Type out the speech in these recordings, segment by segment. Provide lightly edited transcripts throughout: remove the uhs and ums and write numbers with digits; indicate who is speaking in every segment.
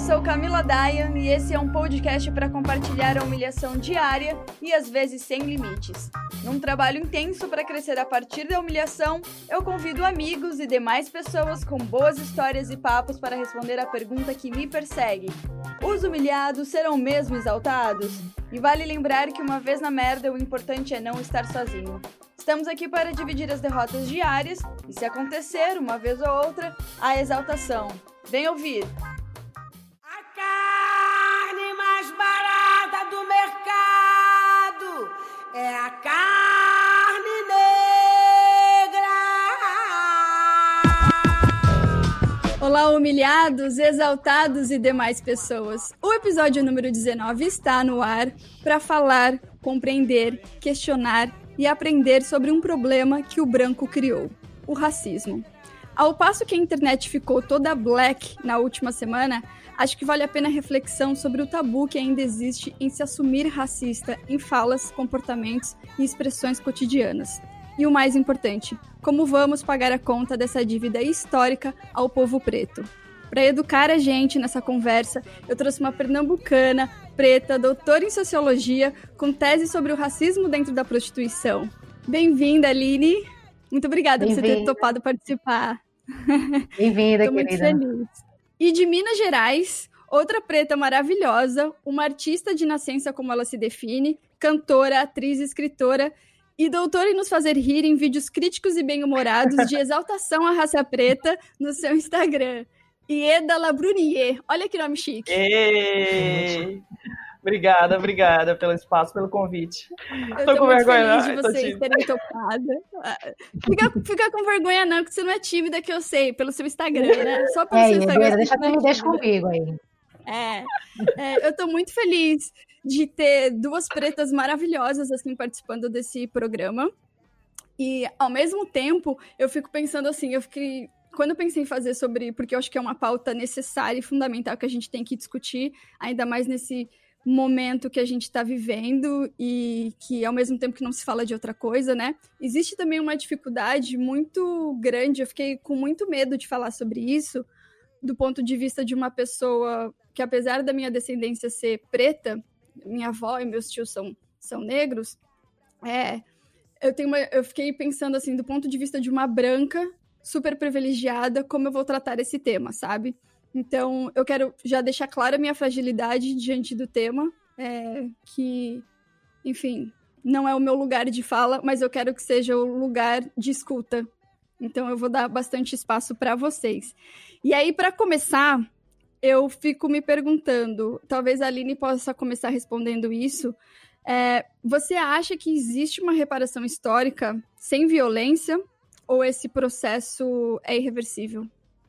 Speaker 1: sou Camila Dayan e esse é um podcast para compartilhar a humilhação diária e às vezes sem limites. Num trabalho intenso para crescer a partir da humilhação, eu convido amigos e demais pessoas com boas histórias e papos para responder a pergunta que me persegue. Os humilhados serão mesmo exaltados? E vale lembrar que uma vez na merda, o importante é não estar sozinho. Estamos aqui para dividir as derrotas diárias e, se acontecer, uma vez ou outra, a exaltação. Vem ouvir!
Speaker 2: A carne mais barata do mercado é a carne negra!
Speaker 1: Olá, humilhados, exaltados e demais pessoas. O episódio número 19 está no ar para falar, compreender, questionar e aprender sobre um problema que o branco criou, o racismo. Ao passo que a internet ficou toda black na última semana, acho que vale a pena a reflexão sobre o tabu que ainda existe em se assumir racista em falas, comportamentos e expressões cotidianas. E o mais importante, como vamos pagar a conta dessa dívida histórica ao povo preto? Para educar a gente nessa conversa, eu trouxe uma pernambucana, preta, doutora em sociologia, com tese sobre o racismo dentro da prostituição. Bem-vinda, Aline. Muito obrigada por você ter topado participar.
Speaker 3: Bem-vinda,
Speaker 1: Estou muito feliz. E de Minas Gerais, outra preta maravilhosa, uma artista de nascença como ela se define, cantora, atriz, escritora e doutora em nos fazer rir em vídeos críticos e bem-humorados de exaltação à raça preta no seu Instagram. Ieda Labrunier. Olha que nome chique.
Speaker 4: Ei! Obrigada pelo espaço, pelo convite.
Speaker 1: Eu tô com muito vergonha, feliz de vocês terem topado. Fica com vergonha não, porque você não é tímida, que eu sei, pelo seu Instagram, né? Só pelo seu Instagram.
Speaker 3: Deixa comigo aí.
Speaker 1: Eu tô muito feliz de ter duas pretas maravilhosas assim participando desse programa. E, ao mesmo tempo, eu fico pensando assim, quando eu pensei em fazer sobre, porque eu acho que é uma pauta necessária e fundamental que a gente tem que discutir, ainda mais nesse momento que a gente está vivendo e que, ao mesmo tempo que não se fala de outra coisa, né? Existe também uma dificuldade muito grande, eu fiquei com muito medo de falar sobre isso, do ponto de vista de uma pessoa que, apesar da minha descendência ser preta, minha avó e meus tios são negros, eu fiquei pensando assim, do ponto de vista de uma branca super privilegiada, como eu vou tratar esse tema, sabe? Então, eu quero já deixar clara a minha fragilidade diante do tema, que, enfim, não é o meu lugar de fala, mas eu quero que seja o lugar de escuta. Então, eu vou dar bastante espaço para vocês. E aí, para começar, eu fico me perguntando, talvez a Aline possa começar respondendo isso, você acha que existe uma reparação histórica sem violência? Ou esse processo é irreversível?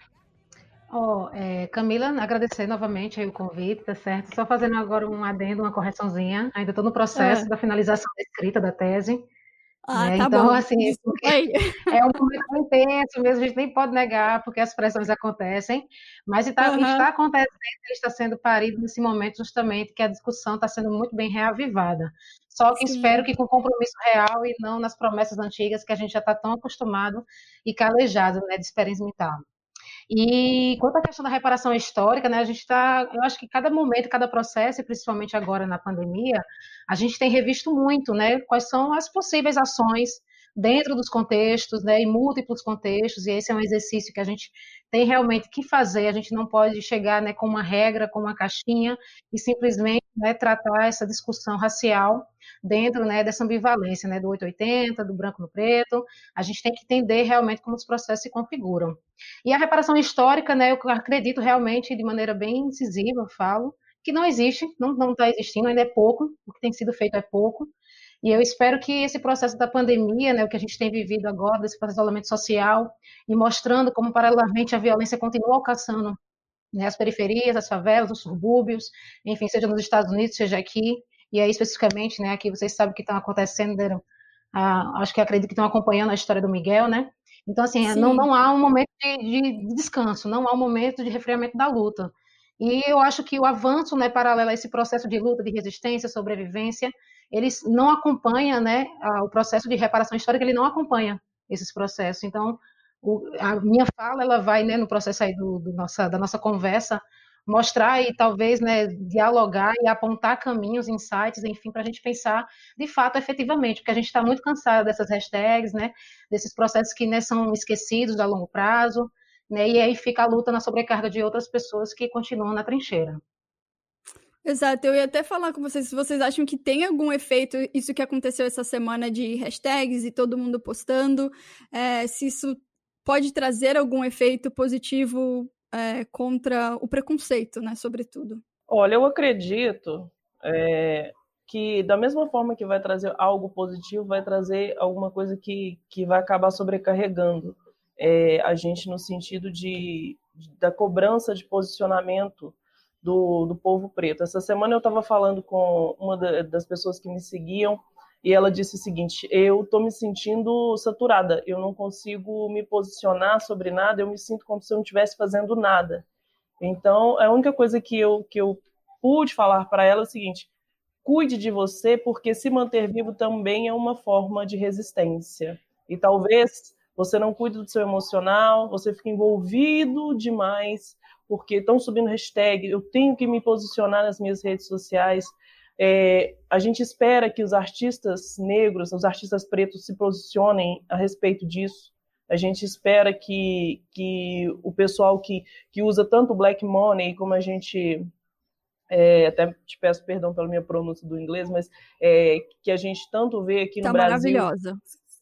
Speaker 3: Camila, agradecer novamente aí o convite, tá certo? Só fazendo agora um adendo, uma correçãozinha. Ainda estou no processo da finalização da escrita da tese.
Speaker 1: Tá
Speaker 3: então,
Speaker 1: bom.
Speaker 3: assim, é um momento intenso mesmo, a gente nem pode negar, porque as pressões acontecem, mas está acontecendo, está sendo parido nesse momento justamente que a discussão está sendo muito bem reavivada. Só que espero que com compromisso real e não nas promessas antigas que a gente já está tão acostumado e calejado, né, de experimentar. E quanto à questão da reparação histórica, né, eu acho que cada momento, cada processo, e principalmente agora na pandemia, a gente tem revisto muito, né, quais são as possíveis ações dentro dos contextos, né, em múltiplos contextos, e esse é um exercício que a gente tem realmente que fazer, a gente não pode chegar, né, com uma regra, com uma caixinha, e simplesmente, né, tratar essa discussão racial dentro, né, dessa ambivalência, né, do 880, do branco no preto. A gente tem que entender realmente como os processos se configuram. E a reparação histórica, né, eu acredito realmente de maneira bem incisiva, eu falo, que não existe, não está existindo, ainda é pouco, o que tem sido feito é pouco. E eu espero que esse processo da pandemia, né, o que a gente tem vivido agora, desse processo de isolamento social, e mostrando como paralelamente a violência continua alcançando, né, as periferias, as favelas, os subúrbios, enfim, seja nos Estados Unidos, seja aqui, e aí especificamente, né, aqui vocês sabem o que está acontecendo, acho que acredito que estão acompanhando a história do Miguel, né? Então, assim, não há um momento de descanso, não há um momento de refriamento da luta. E eu acho que o avanço, né, paralelo a esse processo de luta, de resistência, sobrevivência, eles não acompanham, né, o processo de reparação histórica, ele não acompanha esses processos. Então, a minha fala, ela vai, né, no processo aí da nossa conversa, mostrar e talvez, né, dialogar e apontar caminhos, insights, enfim, para a gente pensar de fato efetivamente, porque a gente está muito cansado dessas hashtags, né, desses processos que, né, são esquecidos a longo prazo, né, e aí fica a luta na sobrecarga de outras pessoas que continuam na trincheira.
Speaker 1: Exato, eu ia até falar com vocês se vocês acham que tem algum efeito isso que aconteceu essa semana de hashtags e todo mundo postando, se isso pode trazer algum efeito positivo contra o preconceito, né, sobretudo.
Speaker 4: Olha, eu acredito que da mesma forma que vai trazer algo positivo, vai trazer alguma coisa que vai acabar sobrecarregando a gente no sentido da cobrança de posicionamento do povo preto. Essa semana eu estava falando com uma das pessoas que me seguiam e ela disse o seguinte: eu estou me sentindo saturada, eu não consigo me posicionar sobre nada, eu me sinto como se eu não estivesse fazendo nada. Então, a única coisa que eu pude falar para ela é o seguinte: cuide de você, porque se manter vivo também é uma forma de resistência. E talvez você não cuide do seu emocional, você fique envolvido demais, porque estão subindo hashtag, eu tenho que me posicionar nas minhas redes sociais. A gente espera que os artistas negros, os artistas pretos se posicionem a respeito disso. A gente espera que o pessoal que usa tanto black money, como a gente... até te peço perdão pela minha pronúncia do inglês, mas que a gente tanto vê aqui no Brasil...
Speaker 1: Maravilhosa.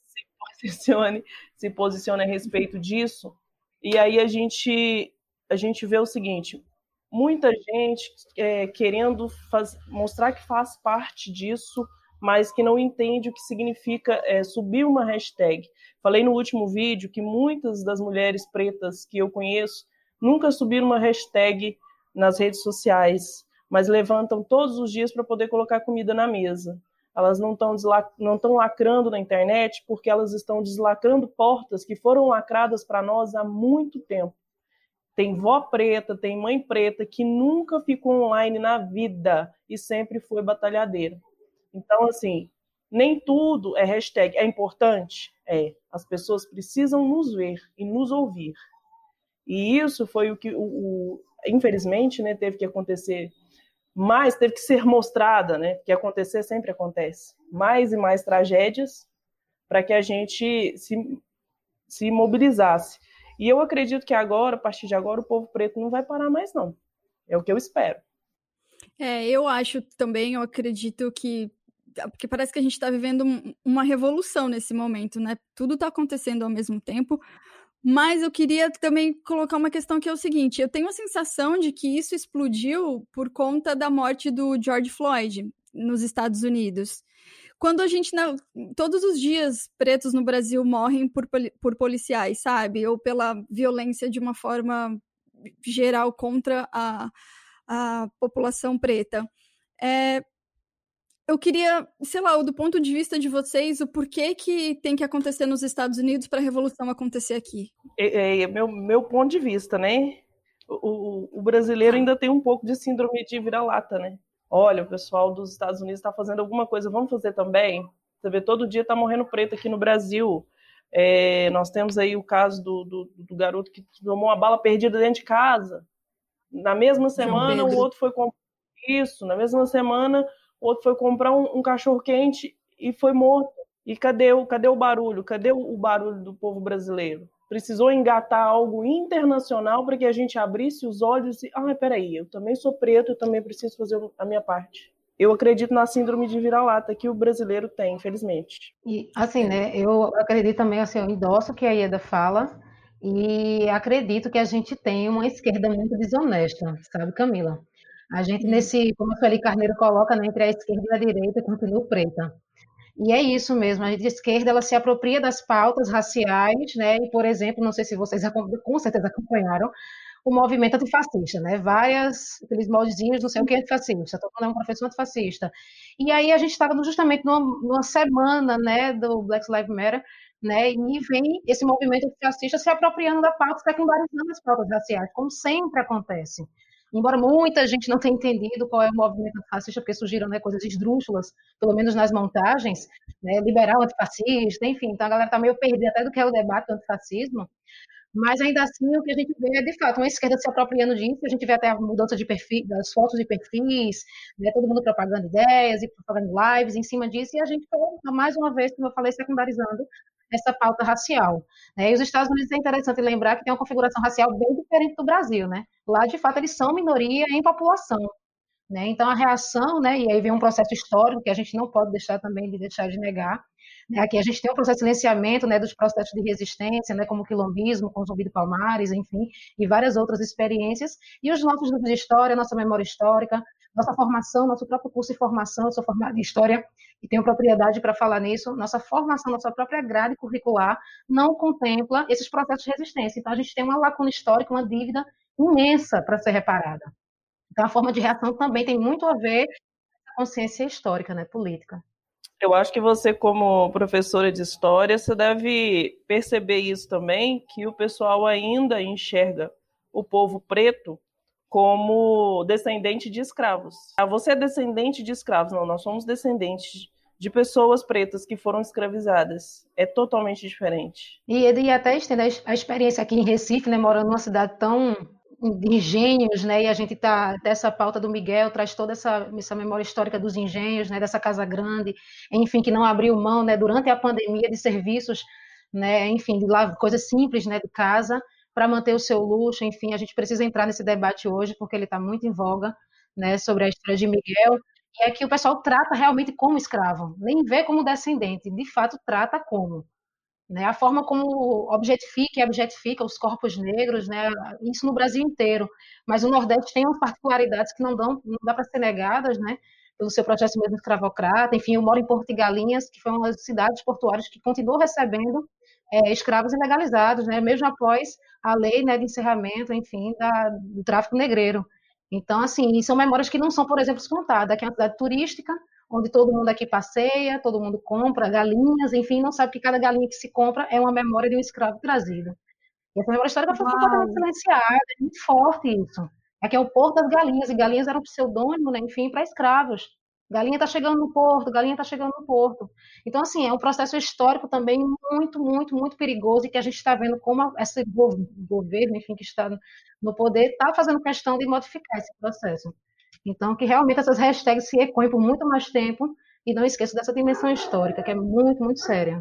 Speaker 4: Se posicione a respeito disso. E aí a gente vê o seguinte: muita gente querendo mostrar que faz parte disso, mas que não entende o que significa subir uma hashtag. Falei no último vídeo que muitas das mulheres pretas que eu conheço nunca subiram uma hashtag nas redes sociais, mas levantam todos os dias para poder colocar comida na mesa. Elas não estão lacrando na internet porque elas estão deslacrando portas que foram lacradas para nós há muito tempo. Tem vó preta, tem mãe preta que nunca ficou online na vida e sempre foi batalhadeira. Então, assim, nem tudo é hashtag. É importante? As pessoas precisam nos ver e nos ouvir. E isso foi o que, infelizmente, né, teve que acontecer, mas teve que ser mostrada, né? Que acontecer sempre acontece. Mais e mais tragédias para que a gente se mobilizasse. E eu acredito que agora, a partir de agora, o povo preto não vai parar mais, não. É o que eu espero.
Speaker 1: Eu acho também, eu acredito que... Porque parece que a gente está vivendo uma revolução nesse momento, né? Tudo está acontecendo ao mesmo tempo. Mas eu queria também colocar uma questão que é o seguinte: eu tenho a sensação de que isso explodiu por conta da morte do George Floyd nos Estados Unidos. Quando a gente, todos os dias, pretos no Brasil morrem por policiais, sabe? Ou pela violência de uma forma geral contra a população preta. Eu queria, sei lá, do ponto de vista de vocês, o porquê que tem que acontecer nos Estados Unidos para a revolução acontecer aqui?
Speaker 4: Meu ponto de vista, né? O brasileiro ainda tem um pouco de síndrome de vira-lata, né? Olha, o pessoal dos Estados Unidos está fazendo alguma coisa, vamos fazer também? Você vê, todo dia está morrendo preto aqui no Brasil. Nós temos aí o caso do garoto que tomou uma bala perdida dentro de casa. Na mesma semana, o outro foi comprar isso. Na mesma semana, o outro foi comprar um cachorro-quente e foi morto. E cadê o barulho? Cadê o barulho do povo brasileiro? Precisou engatar algo internacional para que a gente abrisse os olhos e... peraí, eu também sou preto, eu também preciso fazer a minha parte. Eu acredito na síndrome de vira-lata que o brasileiro tem, infelizmente.
Speaker 3: E, assim, né, eu acredito também, assim, eu endosso o que a Ieda fala e acredito que a gente tem uma esquerda muito desonesta, sabe, Camila? A gente, como a Sueli Carneiro coloca, né, entre a esquerda e a direita, continua preta. E é isso mesmo, a esquerda ela se apropria das pautas raciais, né? E, por exemplo, não sei se vocês com certeza acompanharam o movimento antifascista, né? Aqueles moldezinhos, não sei o que é antifascista, todo mundo é um professor antifascista. E aí a gente estava justamente numa semana, né, do Black Lives Matter, né? E vem esse movimento antifascista se apropriando da pauta, secundarizando as pautas raciais, como sempre acontece. Embora muita gente não tenha entendido qual é o movimento antifascista, porque surgiram, né, coisas esdrúxulas, pelo menos nas montagens, né, liberal antifascista, enfim, então a galera está meio perdida até do que é o debate do antifascismo, Mas ainda assim, o que a gente vê é, de fato, uma esquerda se apropriando disso, a gente vê até a mudança de perfil, das fotos de perfis, né, todo mundo propagando ideias e propagando lives em cima disso, e a gente, mais uma vez, como eu falei, secundarizando essa pauta racial. Né? E os Estados Unidos é interessante lembrar que tem uma configuração racial bem diferente do Brasil. Né? Lá, de fato, eles são minoria em população. Né? Então, a reação, né, e aí vem um processo histórico que a gente não pode deixar também de deixar de negar. Né? Aqui a gente tem um processo de silenciamento, né, dos processos de resistência, né, como o quilombismo, com o Zumbi do Palmares, enfim, e várias outras experiências. E os nossos livros de história, nossa memória histórica, nossa formação, nosso próprio curso de formação, eu sou formada em História e tenho propriedade para falar nisso, nossa formação, nossa própria grade curricular não contempla esses processos de resistência. Então, a gente tem uma lacuna histórica, uma dívida imensa para ser reparada. Então, a forma de reação também tem muito a ver com a consciência histórica, né, política.
Speaker 4: Eu acho que você, como professora de história, você deve perceber isso também, que o pessoal ainda enxerga o povo preto como descendente de escravos. Ah, você é descendente de escravos. Não, nós somos descendentes de pessoas pretas que foram escravizadas. É totalmente diferente.
Speaker 3: E até estender a experiência aqui em Recife, né, morando numa cidade tão de engenhos, né, e a gente tá dessa pauta do Miguel traz toda essa memória histórica dos engenhos, né, dessa casa grande, enfim, que não abriu mão, né, durante a pandemia de serviços, né, enfim, de lá, coisas simples, né, de casa para manter o seu luxo, enfim, a gente precisa entrar nesse debate hoje porque ele está muito em voga, né, sobre a história de Miguel. E é que o pessoal trata realmente como escravo, nem vê como descendente, de fato trata como. Né, a forma como objetifica e objetifica os corpos negros, né, isso no Brasil inteiro, mas o Nordeste tem umas particularidades que não dá para ser negadas, né, pelo seu processo mesmo escravocrata. Enfim, eu moro em Porto de Galinhas, que foi uma das cidades portuárias que continuou recebendo escravos ilegalizados, né, mesmo após a lei, né, de encerramento, enfim, do tráfico negreiro. Então, assim, são memórias que não são, por exemplo, contadas. Aqui é uma cidade turística, onde todo mundo aqui passeia, todo mundo compra galinhas, enfim, não sabe que cada galinha que se compra é uma memória de um escravo trazido. E essa memória histórica foi completamente silenciada, é muito forte isso. Aqui é o Porto das Galinhas, e galinhas era um pseudônimo, né, enfim, para escravos. Galinha está chegando no porto, galinha está chegando no porto. Então, assim, é um processo histórico também muito, muito, muito perigoso e que a gente está vendo como esse governo, enfim, que está no poder, está fazendo questão de modificar esse processo. Então, que realmente essas hashtags se ecoem por muito mais tempo e não esqueça dessa dimensão histórica, que é muito, muito séria.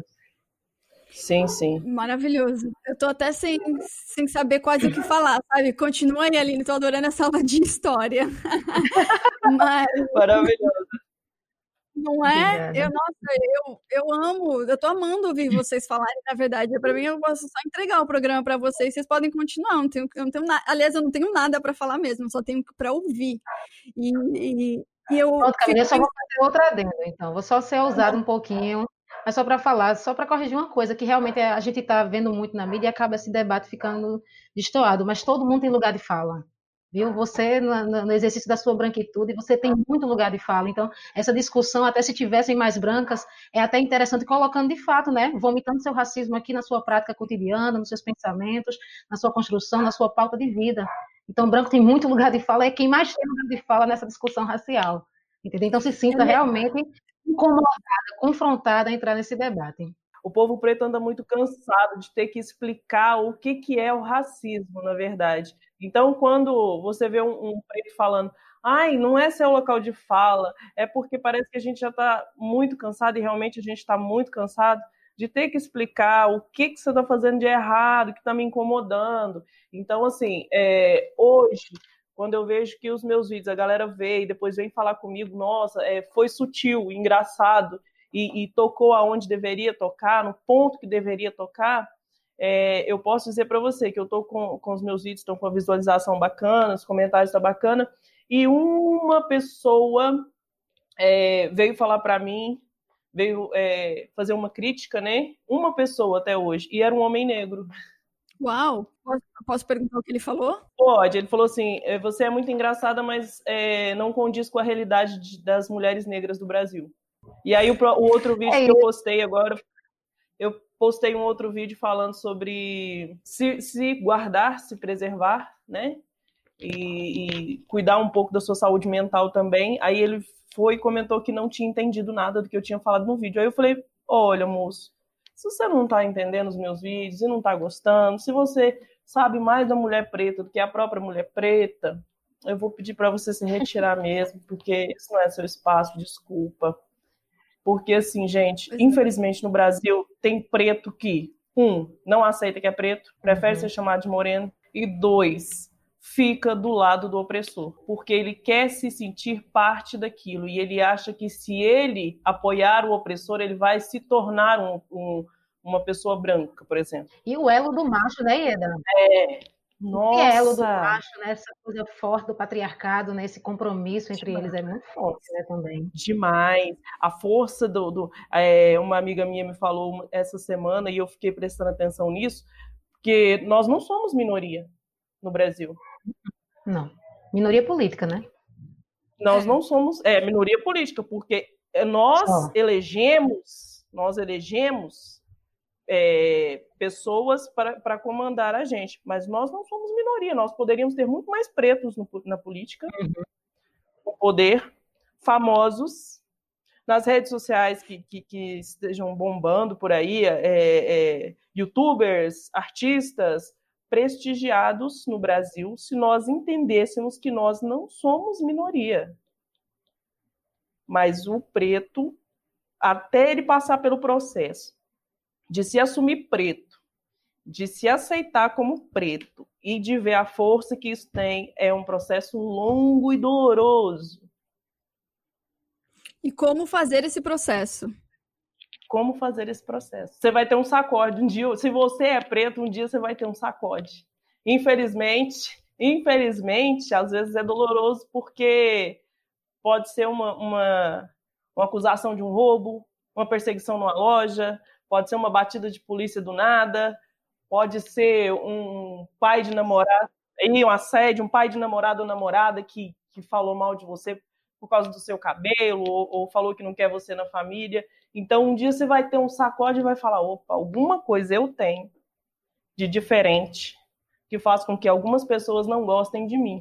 Speaker 4: Sim, sim.
Speaker 1: Maravilhoso. Eu tô até sem saber quase o que falar, sabe? Continua aí, Aline, tô adorando essa aula de história. Mas...
Speaker 4: Maravilhoso.
Speaker 1: Não é? Eu amo, eu tô amando ouvir vocês falarem, na verdade. Para mim, eu posso só entregar o programa para vocês podem continuar. Eu não tenho nada, aliás, eu não tenho nada para falar mesmo, só tenho para ouvir. E eu.
Speaker 3: Pronto, Camila, eu só vou fazer outra adendo, então. Vou só ser ousada um pouquinho, mas só para falar, só para corrigir uma coisa que realmente a gente está vendo muito na mídia e acaba esse debate ficando destoado, mas todo mundo tem lugar de fala. Viu? Você, no exercício da sua branquitude, você tem muito lugar de fala. Então, essa discussão, até se tivessem mais brancas, é até interessante colocando de fato, né? Vomitando seu racismo aqui na sua prática cotidiana, nos seus pensamentos, na sua construção, na sua pauta de vida. Então, branco tem muito lugar de fala, é quem mais tem lugar de fala nessa discussão racial. Entendeu? Então, se sinta realmente incomodada, confrontada a entrar nesse debate.
Speaker 4: O povo preto anda muito cansado de ter que explicar o que é o racismo, na verdade. Então, quando você vê um preto falando, ai, não é seu local de fala, é porque parece que a gente já está muito cansado, e realmente a gente está muito cansado de ter que explicar o que você está fazendo de errado, que está me incomodando. Então, assim, hoje, quando eu vejo que os meus vídeos, a galera vê e depois vem falar comigo, nossa, foi sutil, engraçado, e tocou aonde deveria tocar, no ponto que deveria tocar, eu posso dizer para você que eu estou com os meus vídeos, estão com a visualização bacana, os comentários estão bacana, e uma pessoa veio falar para mim, veio fazer uma crítica, né? Uma pessoa até hoje, e era um homem negro.
Speaker 1: Uau! Posso perguntar o que ele falou?
Speaker 4: Pode. Ele falou assim, você é muito engraçada, mas não condiz com a realidade das mulheres negras do Brasil. E aí o outro vídeo que eu postei agora, eu postei um outro vídeo falando sobre se guardar, se preservar, né? E cuidar um pouco da sua saúde mental também. Aí ele foi e comentou que não tinha entendido nada do que eu tinha falado no vídeo. Aí eu falei, olha, moço, Se você não está entendendo os meus vídeos e não está gostando, se você sabe mais da mulher preta do que a própria mulher preta, eu vou pedir para você se retirar mesmo, porque isso não é seu espaço, desculpa. Porque, assim, gente, infelizmente no Brasil tem preto que, 1, não aceita que é preto, prefere ser chamado de moreno, e 2, fica do lado do opressor, porque ele quer se sentir parte daquilo, e ele acha que se ele apoiar o opressor, ele vai se tornar uma pessoa branca, por exemplo.
Speaker 3: E o elo do macho, né, Ieda?
Speaker 4: Nossa!
Speaker 3: O elo do macho, né? Essa coisa forte do patriarcado, né? Esse compromisso entre eles é muito forte, né, também.
Speaker 4: Demais. A força uma amiga minha me falou essa semana, e eu fiquei prestando atenção nisso, porque nós não somos minoria no Brasil.
Speaker 3: Não. Minoria política, né?
Speaker 4: Nós não somos minoria política, porque nós elegemos pessoas para comandar a gente, mas nós não somos minoria, nós poderíamos ter muito mais pretos na política, no poder, famosos, nas redes sociais que estejam bombando por aí, youtubers, artistas, prestigiados no Brasil, se nós entendêssemos que nós não somos minoria. Mas o preto, até ele passar pelo processo de se assumir preto, de se aceitar como preto e de ver a força que isso tem, é um processo longo e doloroso.
Speaker 1: E como fazer esse processo?
Speaker 4: Como fazer esse processo? Você vai ter um sacode um dia. Se você é preto, um dia você vai ter um sacode. Infelizmente, às vezes é doloroso porque pode ser uma acusação de um roubo, uma perseguição numa loja, pode ser uma batida de polícia do nada, pode ser um pai de namorado, um assédio, um pai de namorado ou namorada que falou mal de você por causa do seu cabelo, ou falou que não quer você na família. Então, um dia você vai ter um sacode e vai falar, opa, alguma coisa eu tenho de diferente que faz com que algumas pessoas não gostem de mim.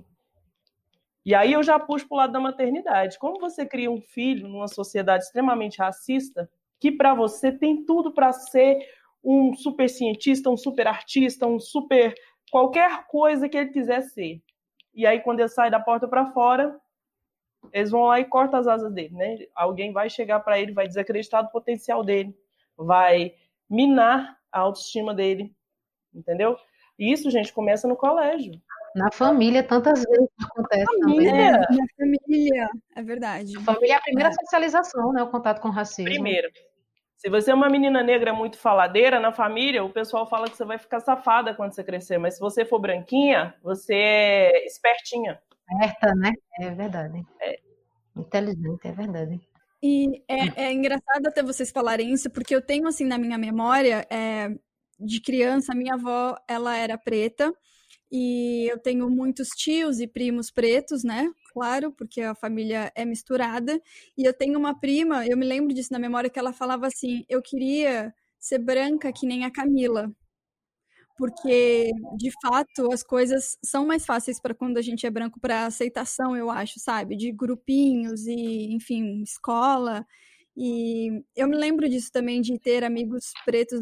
Speaker 4: E aí eu já puxo para o lado da maternidade. Como você cria um filho numa sociedade extremamente racista, que para você tem tudo para ser um super cientista, um super artista, um super qualquer coisa que ele quiser ser. E aí, quando ele sai da porta para fora, eles vão lá e cortam as asas dele, né? Alguém vai chegar para ele, vai desacreditar do potencial dele, vai minar a autoestima dele, entendeu? E isso, gente, começa no colégio.
Speaker 3: Na família, tantas vezes acontece também.
Speaker 1: Na família, é verdade.
Speaker 3: A família é a primeira socialização, né? O contato com o racismo.
Speaker 4: Primeiro. Se você é uma menina negra muito faladeira na família, o pessoal fala que você vai ficar safada quando você crescer. Mas se você for branquinha, você é espertinha.
Speaker 3: Certa, né? É verdade. Inteligente, é verdade.
Speaker 1: E é engraçado até vocês falarem isso, porque eu tenho, assim, na minha memória, de criança, a minha avó, ela era preta, e eu tenho muitos tios e primos pretos, né? Claro, porque a família é misturada. E eu tenho uma prima, eu me lembro disso na memória, que ela falava assim, eu queria ser branca que nem a Camila. Porque, de fato, as coisas são mais fáceis para quando a gente é branco, para aceitação, eu acho, sabe? De grupinhos e, enfim, escola. E eu me lembro disso também, de ter amigos pretos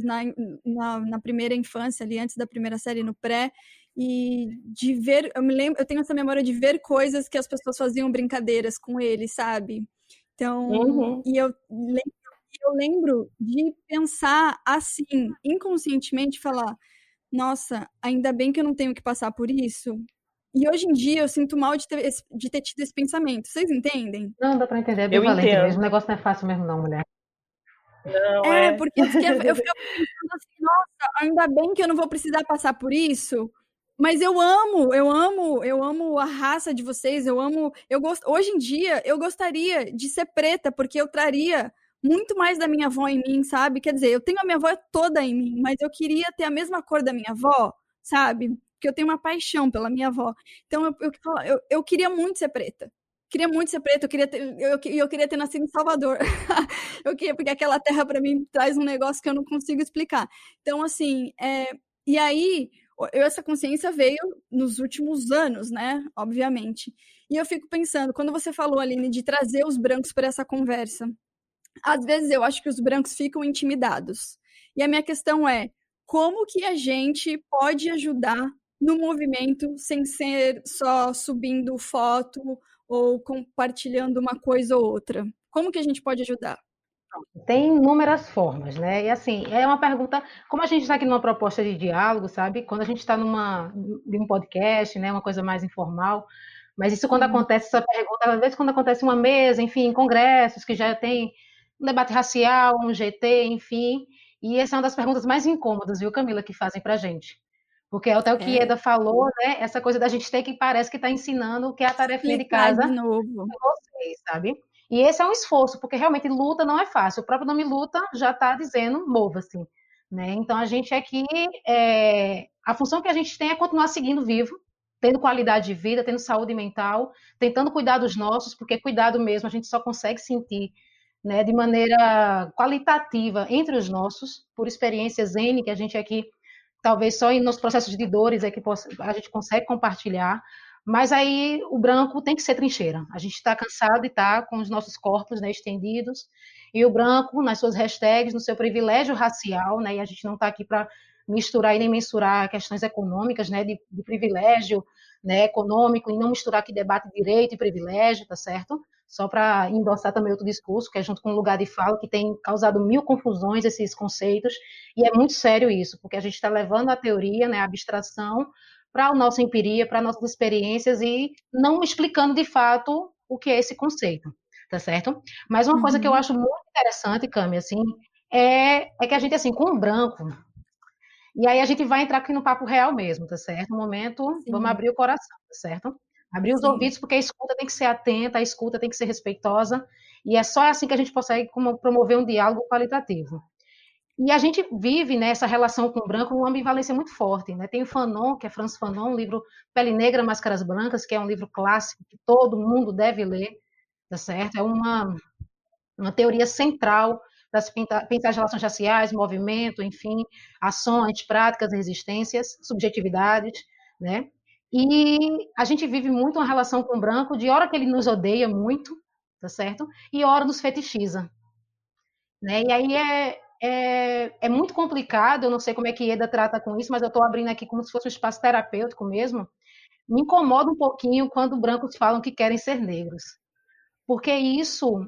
Speaker 1: na primeira infância, ali antes da primeira série, no pré, e de ver, eu tenho essa memória de ver coisas que as pessoas faziam brincadeiras com eles, sabe? Então, e eu lembro de pensar assim, inconscientemente, falar, nossa, ainda bem que eu não tenho que passar por isso. E hoje em dia eu sinto mal de ter tido esse pensamento. Vocês entendem?
Speaker 3: Não, dá pra entender, é ambivalente mesmo. O negócio não é fácil mesmo não, mulher.
Speaker 4: Não,
Speaker 1: porque eu ficava pensando assim, nossa, ainda bem que eu não vou precisar passar por isso. Mas eu amo a raça de vocês, hoje em dia eu gostaria de ser preta, porque eu traria muito mais da minha avó em mim, sabe? Quer dizer, eu tenho a minha avó toda em mim, mas eu queria ter a mesma cor da minha avó, sabe? Porque eu tenho uma paixão pela minha avó. Então, eu queria muito ser preta. Queria muito ser preta, eu queria ter nascido em Salvador. Porque aquela terra, para mim, traz um negócio que eu não consigo explicar. Então, assim, e aí, essa consciência veio nos últimos anos, né? Obviamente. E eu fico pensando, quando você falou, Aline, de trazer os brancos para essa conversa, às vezes eu acho que os brancos ficam intimidados. E a minha questão é, como que a gente pode ajudar no movimento sem ser só subindo foto ou compartilhando uma coisa ou outra? Como que a gente pode ajudar?
Speaker 3: Tem inúmeras formas, né? E assim, é uma pergunta, como a gente está aqui numa proposta de diálogo, sabe? Quando a gente está em um podcast, né? Uma coisa mais informal, mas isso quando acontece essa pergunta, às vezes quando acontece uma mesa, enfim, em congressos que já tem um debate racial, um GT, enfim, e essa é uma das perguntas mais incômodas, viu, Camila, que fazem pra gente. Porque até o que Ieda falou, né? Essa coisa da gente ter que parece que está ensinando o que é a tarefinha de
Speaker 1: Explicar
Speaker 3: casa
Speaker 1: de novo.
Speaker 3: para vocês, sabe? E esse é um esforço, porque realmente luta não é fácil. O próprio nome luta já está dizendo mova-se, né? Então a gente aqui, a função que a gente tem é continuar seguindo vivo, tendo qualidade de vida, tendo saúde mental, tentando cuidar dos nossos, porque cuidado mesmo a gente só consegue sentir, né, de maneira qualitativa entre os nossos, por experiências N que a gente aqui, talvez só nos processos de dores é que a gente consegue compartilhar, mas aí o branco tem que ser trincheira. A gente está cansado de estar com os nossos corpos, né, estendidos, e o branco, nas suas hashtags, no seu privilégio racial, né, e a gente não está aqui para misturar e nem mensurar questões econômicas, né, de privilégio, né, econômico, e não misturar aqui debate de direito e privilégio, tá certo? Só para endossar também outro discurso, que é junto com o lugar de fala, que tem causado mil confusões esses conceitos, e é muito sério isso, porque a gente está levando a teoria, né, a abstração, para a nossa empiria, para nossas experiências e não explicando de fato o que é esse conceito, tá certo? Mas uma coisa que eu acho muito interessante, Cami, assim, é que a gente, assim, com o branco, e aí a gente vai entrar aqui no papo real mesmo, tá certo? No momento, vamos abrir o coração, tá certo? Abrir os ouvidos, porque a escuta tem que ser atenta, a escuta tem que ser respeitosa, e é só assim que a gente consegue promover um diálogo qualitativo. E a gente vive nessa relação com o branco uma ambivalência muito forte, né? Tem o Fanon, que é Franz Fanon, um livro Pele Negra, Máscaras Brancas, que é um livro clássico que todo mundo deve ler, tá certo? É uma teoria central para se pensar as relações raciais, movimento, enfim, ações, práticas, resistências, subjetividades, né? E a gente vive muito uma relação com o branco de hora que ele nos odeia muito, tá certo? E hora nos fetichiza, né? E aí é muito complicado, eu não sei como é que Ieda trata com isso, mas eu estou abrindo aqui como se fosse um espaço terapêutico mesmo. Me incomoda um pouquinho quando brancos falam que querem ser negros, porque isso,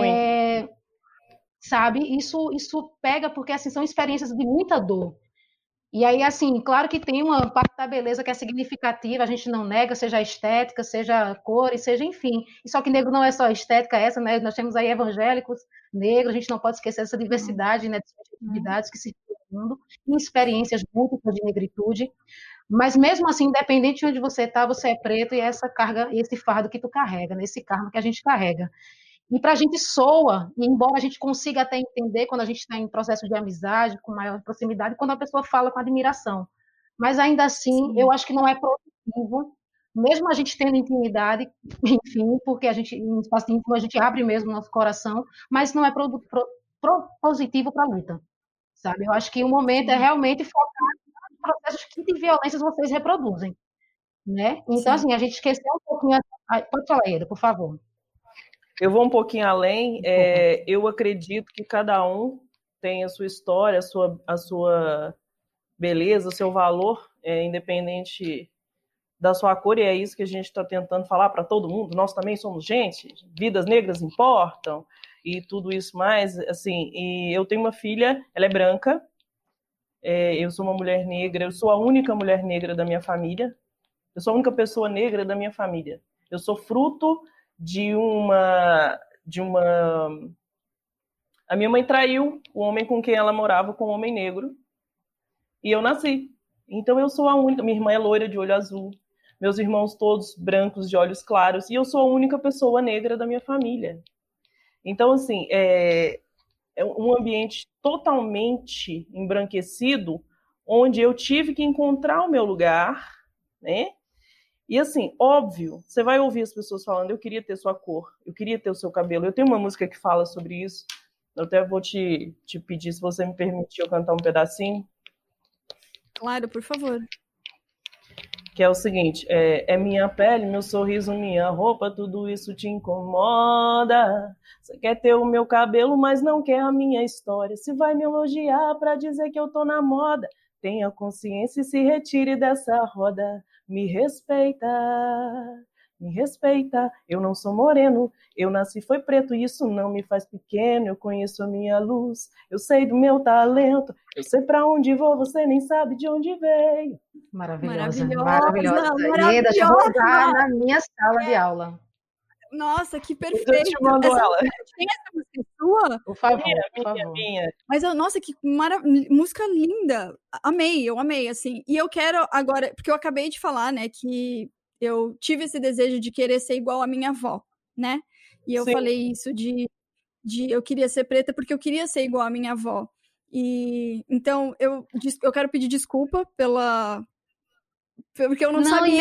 Speaker 3: sabe, isso pega porque assim são experiências de muita dor. E aí, assim, claro que tem uma parte da beleza que é significativa, a gente não nega, seja estética, seja cor, seja enfim. E só que negro não é só estética essa, né? Nós temos aí evangélicos negros, a gente não pode esquecer essa diversidade, né, de subjetividades que circulam no mundo, e experiências múltiplas de negritude. Mas mesmo assim, independente de onde você está, você é preto e é essa carga, esse fardo que tu carrega, né? Esse karma que a gente carrega. E para a gente soa, e embora a gente consiga até entender quando a gente está em processo de amizade, com maior proximidade, quando a pessoa fala com admiração. Mas ainda assim, eu acho que não é produtivo, mesmo a gente tendo intimidade, enfim, porque a gente, em espaço íntimo, a gente abre mesmo o nosso coração, mas não é propositivo para a luta, sabe? Eu acho que o momento é realmente focar nos processos que de violências vocês reproduzem, né? Então, assim, a gente esqueceu um pouquinho... Pode falar, Ieda, por favor.
Speaker 4: Eu vou um pouquinho além. Eu acredito que cada um tem a sua história, a sua beleza, o seu valor, independente da sua cor, e é isso que a gente está tentando falar para todo mundo. Nós também somos gente, vidas negras importam, e tudo isso mais. Assim, e eu tenho uma filha, ela é branca, eu sou uma mulher negra, eu sou a única mulher negra da minha família, eu sou a única pessoa negra da minha família. Eu sou fruto de uma... A minha mãe traiu o homem com quem ela morava, com um homem negro, e eu nasci. Então eu sou a única. Minha irmã é loira de olho azul, meus irmãos todos brancos de olhos claros, e eu sou a única pessoa negra da minha família. Então, assim, é um ambiente totalmente embranquecido, onde eu tive que encontrar o meu lugar, né? E assim, óbvio, você vai ouvir as pessoas falando, eu queria ter sua cor, eu queria ter o seu cabelo. Eu tenho uma música que fala sobre isso, eu até vou te pedir, se você me permitir, eu cantar um pedacinho.
Speaker 1: Claro, por favor.
Speaker 4: que é o seguinte, é minha pele, meu sorriso, minha roupa, tudo isso te incomoda. Você quer ter o meu cabelo, mas não quer a minha história. Se vai me elogiar pra dizer que eu tô na moda, tenha consciência e se retire dessa roda. Me respeita, me respeita. Eu não sou moreno, eu nasci foi preto, isso não me faz pequeno. Eu conheço a minha luz, eu sei do meu talento, eu sei pra onde vou, você nem sabe de onde veio.
Speaker 3: Maravilhosa,
Speaker 1: Maravilhosa,
Speaker 3: maravilhosa.
Speaker 1: maravilhosa.
Speaker 3: Deixa eu voltar na minha sala de aula.
Speaker 1: Nossa, que
Speaker 4: Eu
Speaker 1: perfeito.
Speaker 4: te mando ela.
Speaker 1: Tem essa música sua?
Speaker 3: Por favor,
Speaker 4: Minha,
Speaker 3: por favor.
Speaker 4: minha.
Speaker 1: Mas, nossa, que música linda. Amei, eu amei, assim. E eu quero agora, porque eu acabei de falar, né, que eu tive esse desejo de querer ser igual à minha avó, né? E eu
Speaker 4: Sim.
Speaker 1: falei isso de eu queria ser preta porque eu queria ser igual à minha avó. E então eu quero pedir desculpa porque eu não sabia.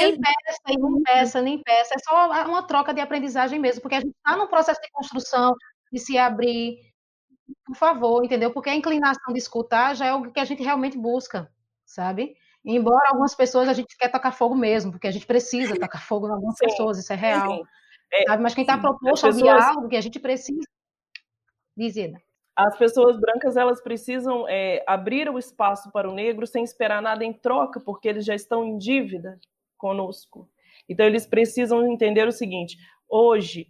Speaker 3: Nem peça. É só uma troca de aprendizagem mesmo, porque a gente está num processo de construção, de se abrir. Por favor, entendeu? Porque a inclinação de escutar já é algo que a gente realmente busca, sabe? Embora algumas pessoas a gente quer tacar fogo mesmo, porque a gente precisa tacar fogo em algumas pessoas, isso é real.
Speaker 4: Sim.
Speaker 3: Sabe? Mas quem está proposto ao diálogo, que a gente precisa, dizer.
Speaker 4: As pessoas brancas, elas precisam abrir o espaço para o negro sem esperar nada em troca, porque eles já estão em dívida conosco. Então, eles precisam entender o seguinte, hoje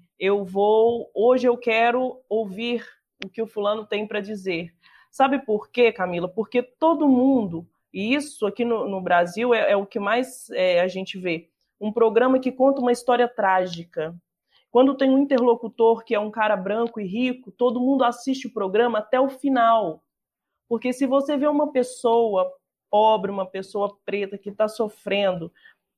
Speaker 4: eu quero ouvir o que o fulano tem para dizer. Sabe por quê, Camila? Porque todo mundo, e isso aqui no Brasil é o que mais a gente vê, um programa que conta uma história trágica. Quando tem um interlocutor que é um cara branco e rico, todo mundo assiste o programa até o final. Porque se você vê uma pessoa pobre, uma pessoa preta que está sofrendo,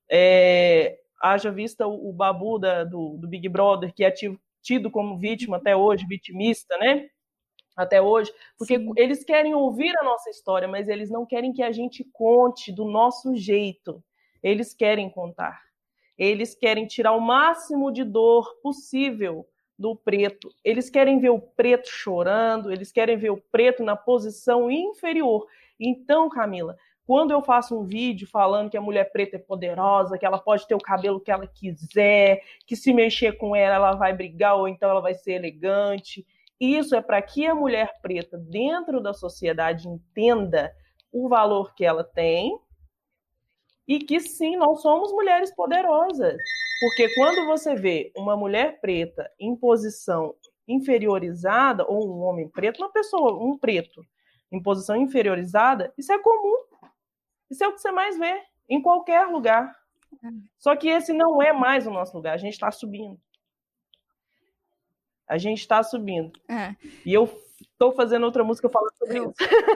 Speaker 4: haja vista o Babu do Big Brother, que é tido como vítima até hoje, vitimista, né? Até hoje, porque Sim. Eles querem ouvir a nossa história, mas eles não querem que a gente conte do nosso jeito. Eles querem contar. Eles querem tirar o máximo de dor possível do preto. Eles querem ver o preto chorando, eles querem ver o preto na posição inferior. Então, Camila, quando eu faço um vídeo falando que a mulher preta é poderosa, que ela pode ter o cabelo que ela quiser, que se mexer com ela vai brigar ou então ela vai ser elegante, isso é para que a mulher preta dentro da sociedade entenda o valor que ela tem e que sim, nós somos mulheres poderosas. Porque quando você vê uma mulher preta em posição inferiorizada, ou um homem preto, um preto em posição inferiorizada, isso é comum. Isso é o que você mais vê em qualquer lugar. Só que esse não é mais o nosso lugar, a gente está subindo. A gente está subindo. E eu estou fazendo outra música falando sobre isso.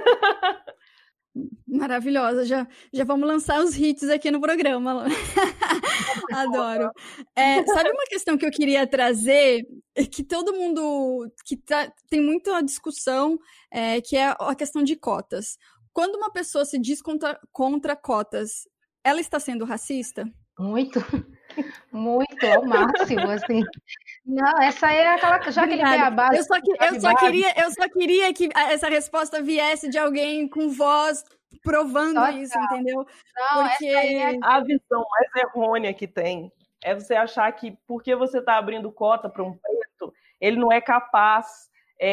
Speaker 1: Maravilhosa, já vamos lançar os hits aqui no programa. Adoro. Sabe uma questão que eu queria trazer, que todo mundo tem muita discussão, que é a questão de cotas. Quando uma pessoa se diz contra cotas, ela está sendo racista?
Speaker 3: Muito, ao máximo, assim. Não, essa é aquela, já que ele tem a base.
Speaker 1: Eu só queria que essa resposta viesse de alguém com voz provando isso, entendeu?
Speaker 3: Não,
Speaker 1: porque
Speaker 4: a visão mais errônea que tem é você achar que porque você está abrindo cota para um preto, ele não é capaz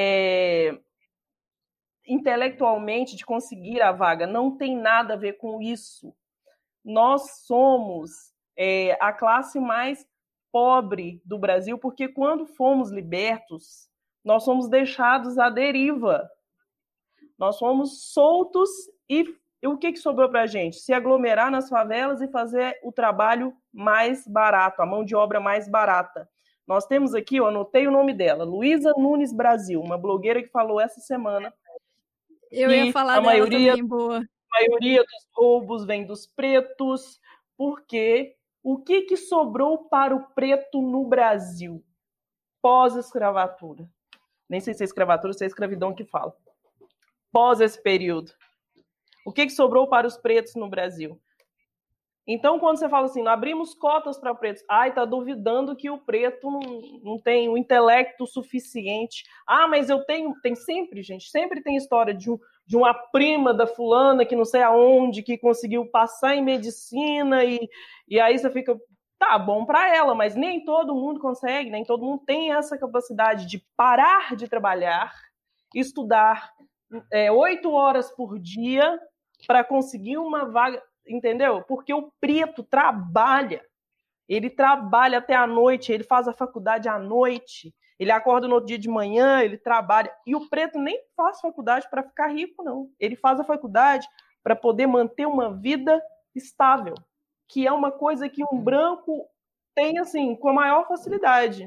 Speaker 4: intelectualmente de conseguir a vaga. Não tem nada a ver com isso. Nós somos a classe mais pobre do Brasil, porque quando fomos libertos, nós fomos deixados à deriva. Nós fomos soltos e o que sobrou para a gente? Se aglomerar nas favelas e fazer o trabalho mais barato, a mão de obra mais barata. Nós temos aqui, eu anotei o nome dela, Luísa Nunes Brasil, uma blogueira que falou essa semana.
Speaker 1: Eu ia falar dela também, boa.
Speaker 4: A maioria dos roubos vem dos pretos, porque o que sobrou para o preto no Brasil? Pós-escravatura. Nem sei se é escravatura, se é escravidão que fala. Pós esse período. O que sobrou para os pretos no Brasil? Então, quando você fala assim, não abrimos cotas para pretos, tá duvidando que o preto não tem o intelecto suficiente. Mas eu tenho, tem sempre, gente, sempre tem história de uma prima da fulana que não sei aonde, que conseguiu passar em medicina, e aí você fica, tá bom para ela, mas nem todo mundo consegue, nem todo mundo tem essa capacidade de parar de trabalhar, estudar 8 horas por dia para conseguir uma vaga. Entendeu? Porque o preto trabalha, ele trabalha até a noite, ele faz a faculdade à noite, ele acorda no outro dia de manhã, ele trabalha, e o preto nem faz faculdade para ficar rico, não. Ele faz a faculdade para poder manter uma vida estável, que é uma coisa que um branco tem, assim, com a maior facilidade.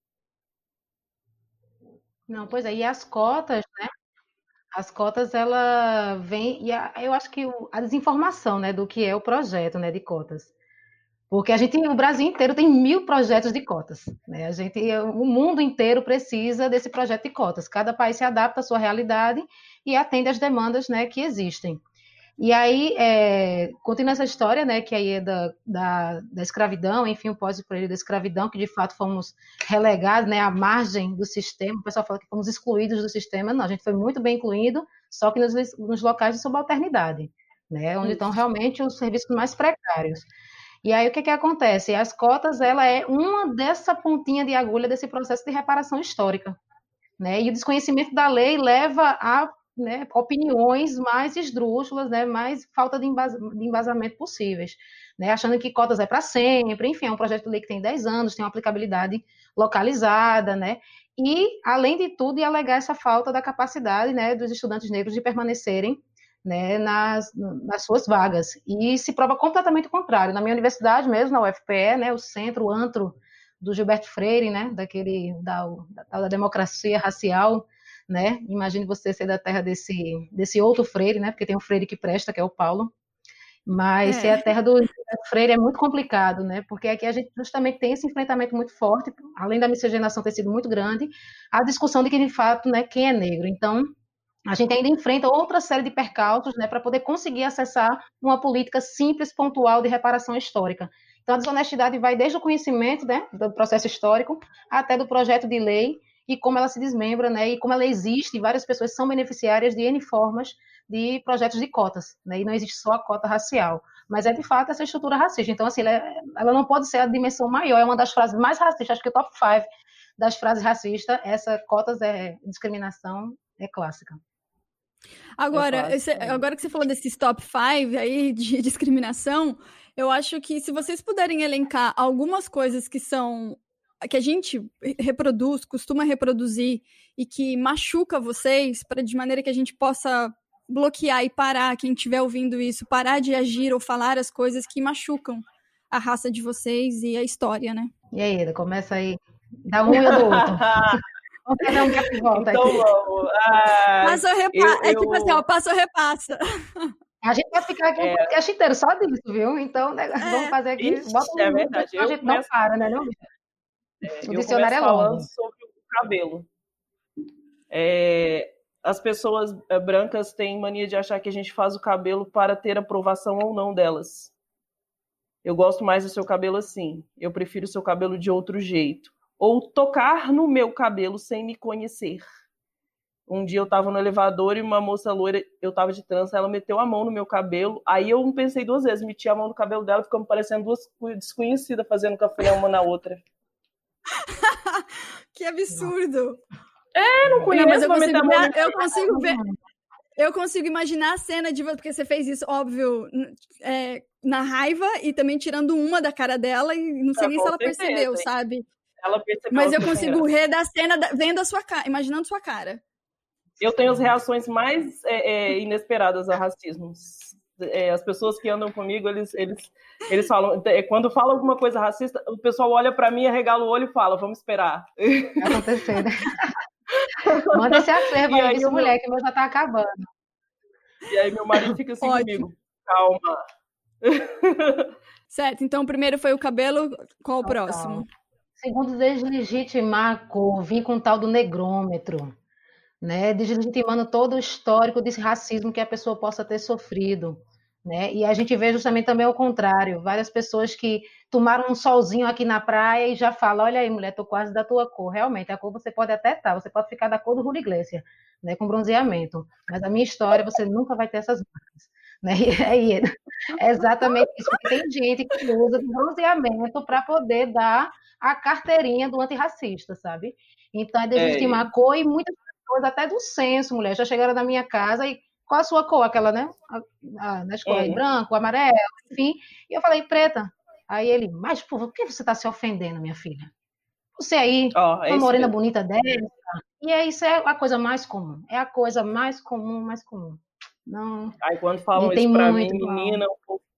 Speaker 3: Não, pois é, e as cotas, né? As cotas, ela vem, eu acho que a desinformação, né, do que é o projeto, né, de cotas. Porque o Brasil inteiro tem 1000 projetos de cotas, né? O mundo inteiro precisa desse projeto de cotas. Cada país se adapta à sua realidade e atende às demandas, né, que existem. E aí, continua essa história, né, que aí é da escravidão, enfim, o pós-período da escravidão, que de fato fomos relegados, né, à margem do sistema. O pessoal fala que fomos excluídos do sistema. Não, a gente foi muito bem incluído, só que nos locais de subalternidade, né, onde estão realmente os serviços mais precários. E aí, o que acontece? As cotas, ela é uma dessa pontinha de agulha desse processo de reparação histórica, né, e o desconhecimento da lei leva a, né, opiniões mais esdrúxulas, né, mais falta de embasamento possíveis, né, achando que cotas é para sempre, enfim, é um projeto de lei que tem 10 anos, tem uma aplicabilidade localizada, né, e, além de tudo, alegar essa falta da capacidade, né, dos estudantes negros de permanecerem, né, nas suas vagas, e se prova completamente o contrário. Na minha universidade mesmo, na UFPE, né, o centro, o antro do Gilberto Freire, né, da democracia racial, né? Imagine você ser da terra desse outro Freire, né? Porque tem um Freire que presta, que é o Paulo. Mas ser a terra do Freire é muito complicado, né? Porque aqui a gente justamente tem esse enfrentamento muito forte, além da miscigenação ter sido muito grande, a discussão de que, de fato, né, quem é negro. Então, a gente ainda enfrenta outra série de percalços, né, para poder conseguir acessar uma política simples, pontual de reparação histórica. Então, a desonestidade vai desde o conhecimento, né, do processo histórico até do projeto de lei e como ela se desmembra, né, e como ela existe, várias pessoas são beneficiárias de N formas de projetos de cotas, né, e não existe só a cota racial, mas é de fato essa estrutura racista. Então, assim, ela não pode ser a dimensão maior, é uma das frases mais racistas, acho que o top 5 das frases racistas, essa cotas é discriminação, é clássica.
Speaker 1: Agora que você falou desses top 5 aí de discriminação, eu acho que se vocês puderem elencar algumas coisas que a gente costuma reproduzir e que machuca vocês, de maneira que a gente possa bloquear e parar, quem estiver ouvindo isso, parar de agir ou falar as coisas que machucam a raça de vocês e a história, né?
Speaker 3: E aí, Eda, começa aí, dá um e eu do outro. Vamos fazer um gap volta
Speaker 4: então,
Speaker 3: aqui.
Speaker 4: Vamos.
Speaker 1: Passa ou repassa. Tipo assim, ó, passa ou repassa.
Speaker 3: A gente vai ficar aqui um podcast inteiro só disso, viu? Então, vamos fazer aqui.
Speaker 4: É verdade.
Speaker 3: A gente não para, né? Não?
Speaker 4: O dicionário é longo. Falando sobre o cabelo. As pessoas brancas têm mania de achar que a gente faz o cabelo para ter aprovação ou não delas. Eu gosto mais do seu cabelo assim. Eu prefiro o seu cabelo de outro jeito. Ou tocar no meu cabelo sem me conhecer. Um dia eu estava no elevador e uma moça loira, eu estava de trança, ela meteu a mão no meu cabelo, aí eu não pensei 2 vezes, meti a mão no cabelo dela e ficamos parecendo 2 desconhecidas fazendo café uma na outra.
Speaker 1: Que absurdo!
Speaker 4: Não conheço,
Speaker 1: mas eu consigo imaginar a cena porque você fez isso, óbvio, na raiva e também tirando uma da cara dela e não sei nem se ela percebeu, sabe?
Speaker 4: Ela percebeu.
Speaker 1: Mas eu consigo rir da cena vendo a sua cara, imaginando sua cara.
Speaker 4: Eu tenho as reações mais inesperadas a racismo. As pessoas que andam comigo, eles falam, quando fala alguma coisa racista, o pessoal olha pra mim, arregala o olho e fala, vamos esperar.
Speaker 3: Vai acontecer, né? Manda esse acervo aí, essa mulher, que o meu já tá acabando.
Speaker 4: E aí meu marido fica assim comigo, calma.
Speaker 1: Certo, então o primeiro foi o cabelo, qual o próximo?
Speaker 3: Segundo, deslegitimar a cor, vir com o tal do negrômetro, né? Deslegitimando todo o histórico desse racismo que a pessoa possa ter sofrido, né? E a gente vê justamente também o contrário, várias pessoas que tomaram um solzinho aqui na praia e já falam, olha aí, mulher, tô quase da tua cor. Realmente, a cor você pode até estar, você pode ficar da cor do Julio Iglesias, né, com bronzeamento, mas a minha história, você nunca vai ter essas marcas, né? E aí, é exatamente isso, porque tem gente que usa do bronzeamento para poder dar a carteirinha do antirracista, sabe? Então, é desestimar a cor e muitas pessoas, até do censo, mulher, já chegaram na minha casa e qual a sua cor? Aquela, né? Na escola aí, branco, amarelo, enfim. E eu falei, preta. Aí ele, mas por que você está se ofendendo, minha filha? Você aí, uma morena bonita dessa. E é isso, é a coisa mais comum. É a coisa mais comum, mais comum. Não.
Speaker 4: Aí quando falam isso pra mim, menina,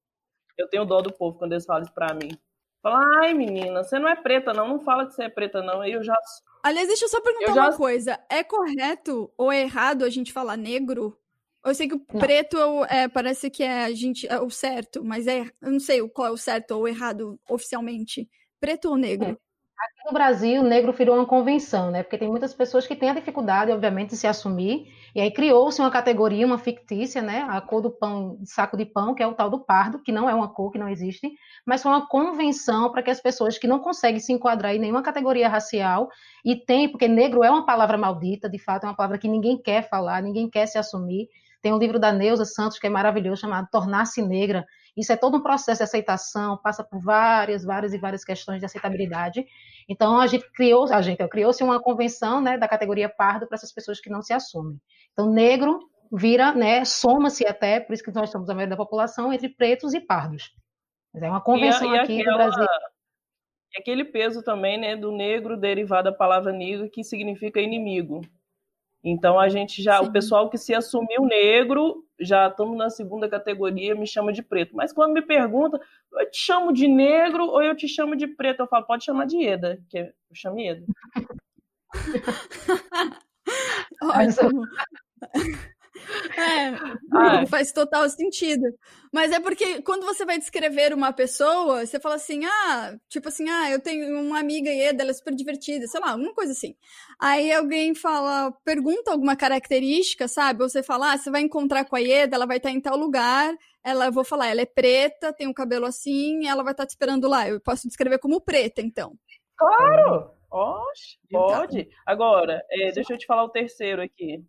Speaker 4: eu tenho dó do povo quando eles falam isso pra mim. Fala, ai, menina, você não é preta, não. Não fala que você é preta, não. Aí eu já...
Speaker 1: Aliás, deixa eu só perguntar uma coisa. É correto ou é errado a gente falar negro? Eu sei que o preto parece que é o certo, mas eu não sei qual é o certo ou o errado oficialmente. Preto ou negro?
Speaker 3: Aqui no Brasil, o negro virou uma convenção, né? Porque tem muitas pessoas que têm a dificuldade, obviamente, de se assumir. E aí criou-se uma categoria, uma fictícia, né? A cor do pão, saco de pão, que é o tal do pardo, que não é uma cor, que não existe, mas foi uma convenção para que as pessoas que não conseguem se enquadrar em nenhuma categoria racial, e tem, porque negro é uma palavra maldita, de fato, é uma palavra que ninguém quer falar, ninguém quer se assumir. Tem um livro da Neuza Santos, que é maravilhoso, chamado Tornar-se Negra. Isso é todo um processo de aceitação, passa por várias questões de aceitabilidade. Então, criou-se uma convenção, né, da categoria pardo para essas pessoas que não se assumem. Então, negro vira, né, soma-se até, por isso que nós somos a maioria da população, entre pretos e pardos. Mas é uma convenção aqui do Brasil.
Speaker 4: E aquele peso também, né, do negro derivado da palavra negro, que significa inimigo. Então, a gente já, o pessoal que se assumiu negro, já estamos na segunda categoria, me chama de preto. Mas quando me pergunta, eu te chamo de negro ou eu te chamo de preto? Eu falo, pode chamar de Ieda, que eu chamo Ieda.
Speaker 1: Ótimo. Faz total sentido. Mas é porque quando você vai descrever uma pessoa, você fala assim, eu tenho uma amiga Ieda, ela é super divertida, sei lá, alguma coisa assim. Aí alguém pergunta alguma característica, sabe? Ou você fala, você vai encontrar com a Ieda, ela vai estar em tal lugar, eu vou falar, ela é preta, tem o cabelo assim, ela vai estar te esperando lá. Eu posso descrever como preta, então.
Speaker 4: Claro! Oxe, pode. Agora, deixa eu te falar o terceiro aqui.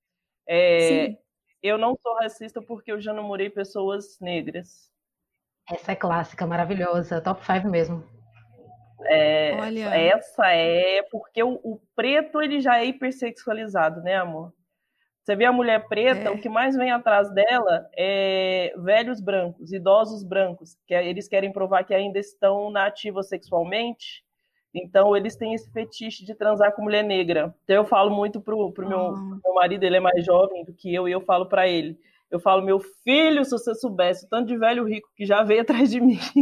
Speaker 4: Eu não sou racista porque eu já namorei pessoas negras.
Speaker 3: Essa é clássica, maravilhosa, top 5 mesmo.
Speaker 1: Olha.
Speaker 4: Essa é porque o preto ele já é hipersexualizado, né, amor? Você vê a mulher preta, o que mais vem atrás dela é velhos brancos, idosos brancos, que eles querem provar que ainda estão na ativa sexualmente. Então, eles têm esse fetiche de transar com mulher negra. Então, eu falo muito pro meu marido, ele é mais jovem do que eu, e eu falo para ele. Eu falo, meu filho, se você soubesse o tanto de velho rico que já veio atrás de mim.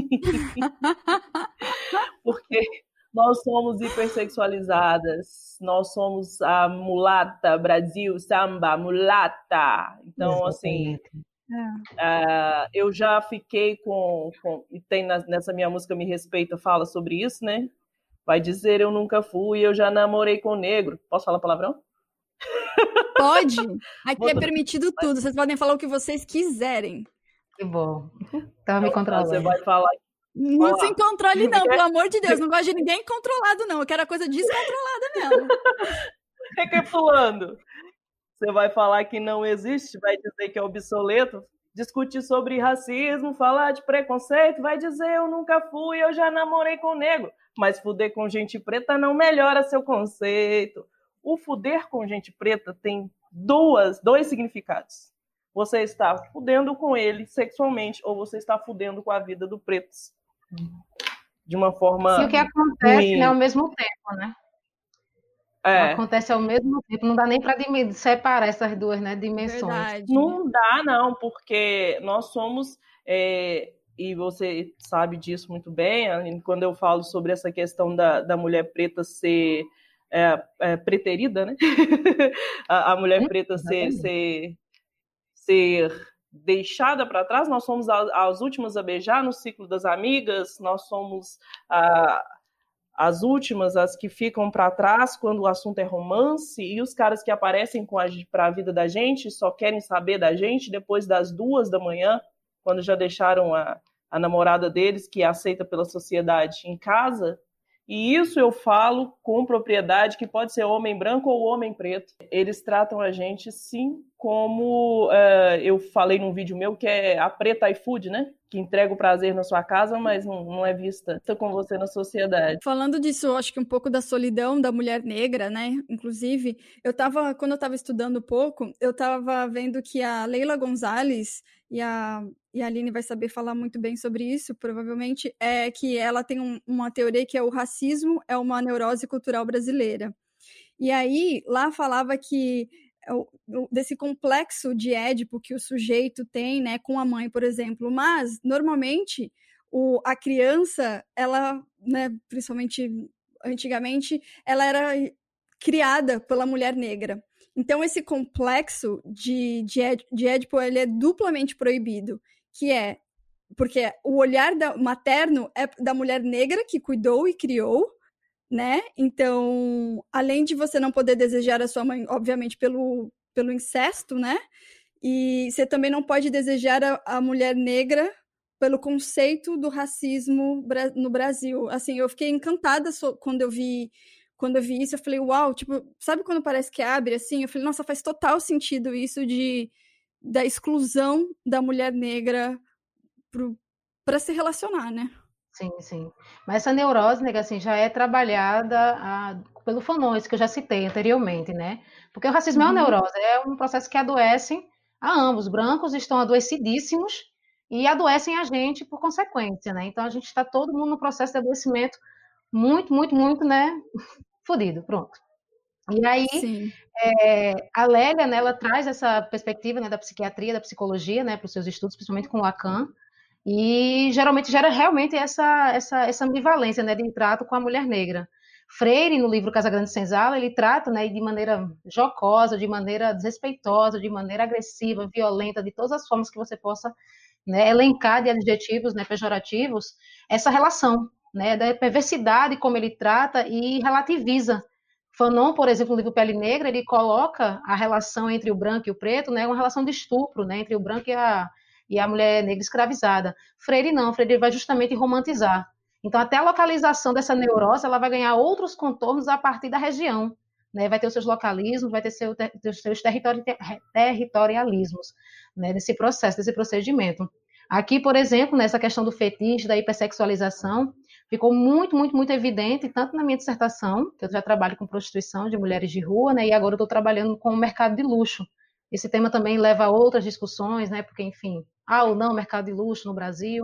Speaker 4: Porque nós somos hipersexualizadas. Nós somos a mulata, Brasil, samba, mulata. Então, assim... eu já fiquei e tem nessa minha música Me Respeita, fala sobre isso, né? Vai dizer eu nunca fui, eu já namorei com negro. Posso falar palavrão?
Speaker 1: Pode. Aqui é permitido tudo. Vocês podem falar o que vocês quiserem.
Speaker 3: Que bom. Então me controla.
Speaker 4: Você vai falar...
Speaker 1: Não sem controle não, pelo amor de Deus. Não gosto de ninguém controlado, não. Eu quero a coisa descontrolada mesmo.
Speaker 4: Recapitulando. Você vai falar que não existe, vai dizer que é obsoleto, discutir sobre racismo, falar de preconceito, vai dizer eu nunca fui, eu já namorei com negro. Mas fuder com gente preta não melhora seu conceito. O fuder com gente preta tem dois significados. Você está fudendo com ele sexualmente ou você está fudendo com a vida do preto. De uma forma...
Speaker 3: E o que acontece, né, ao mesmo tempo, né? Acontece ao mesmo tempo. Não dá nem para separar essas duas, né, dimensões.
Speaker 1: Verdade.
Speaker 4: Não dá, não, porque nós somos... e você sabe disso muito bem, quando eu falo sobre essa questão da mulher preta ser preterida, né? a mulher preta ser deixada para trás, nós somos as últimas a beijar no ciclo das amigas, nós somos as últimas, as que ficam para trás quando o assunto é romance, e os caras que aparecem para a vida da gente só querem saber da gente depois das 2 da manhã, quando já deixaram a namorada deles, que é aceita pela sociedade, em casa. E isso eu falo com propriedade, que pode ser homem branco ou homem preto. Eles tratam a gente, sim, como eu falei num vídeo meu, que é a preta iFood, né? Que entrega o prazer na sua casa, mas não é vista com você na sociedade.
Speaker 1: Falando disso, acho que um pouco da solidão da mulher negra, né? Inclusive, quando eu estava estudando um pouco, eu estava vendo que a Leila Gonzalez e a Aline vai saber falar muito bem sobre isso, provavelmente, é que ela tem uma teoria que é o racismo é uma neurose cultural brasileira. E aí, lá falava que desse complexo de Édipo que o sujeito tem, né, com a mãe, por exemplo, mas, normalmente, a criança, ela, né, principalmente antigamente, ela era criada pela mulher negra. Então, esse complexo de Édipo, ele é duplamente proibido, que é porque o olhar materno é da mulher negra que cuidou e criou, né? Então, além de você não poder desejar a sua mãe, obviamente, pelo incesto, né? E você também não pode desejar a mulher negra pelo conceito do racismo no Brasil. Assim, eu fiquei encantada quando eu vi isso, eu falei, uau, tipo, sabe quando parece que abre, assim? Eu falei, nossa, faz total sentido isso da exclusão da mulher negra para se relacionar, né?
Speaker 3: Sim, sim. Mas essa neurose, nega, assim, já é trabalhada pelo Fanon, isso que eu já citei anteriormente, né? Porque o racismo é uma neurose, é um processo que adoece a ambos. Os brancos estão adoecidíssimos e adoecem a gente por consequência, né? Então a gente está todo mundo no processo de adoecimento muito, muito, muito, né? Fudido, pronto. E aí, a Lélia, né, ela traz essa perspectiva, né, da psiquiatria, da psicologia, né, para os seus estudos, principalmente com Lacan, e geralmente gera realmente essa ambivalência, né, de trato com a mulher negra. Freire, no livro Casa Grande Senzala, ele trata, né, de maneira jocosa, de maneira desrespeitosa, de maneira agressiva, violenta, de todas as formas que você possa, né, elencar de adjetivos, né, pejorativos, essa relação, né, da perversidade como ele trata e relativiza. Fanon, por exemplo, no livro Pele Negra, ele coloca a relação entre o branco e o preto, né, uma relação de estupro, né, entre o branco e a mulher negra escravizada. Freire não, Freire vai justamente romantizar. Então, até a localização dessa neurose, ela vai ganhar outros contornos a partir da região, né, vai ter os seus localismos, vai ter os seus territorialismos, né, nesse processo, desse procedimento. Aqui, por exemplo, nessa questão do fetiche, da hipersexualização, ficou muito, muito, muito evidente, tanto na minha dissertação, que eu já trabalho com prostituição de mulheres de rua, né, e agora eu estou trabalhando com o mercado de luxo. Esse tema também leva a outras discussões, né, porque, enfim, há ou não mercado de luxo no Brasil,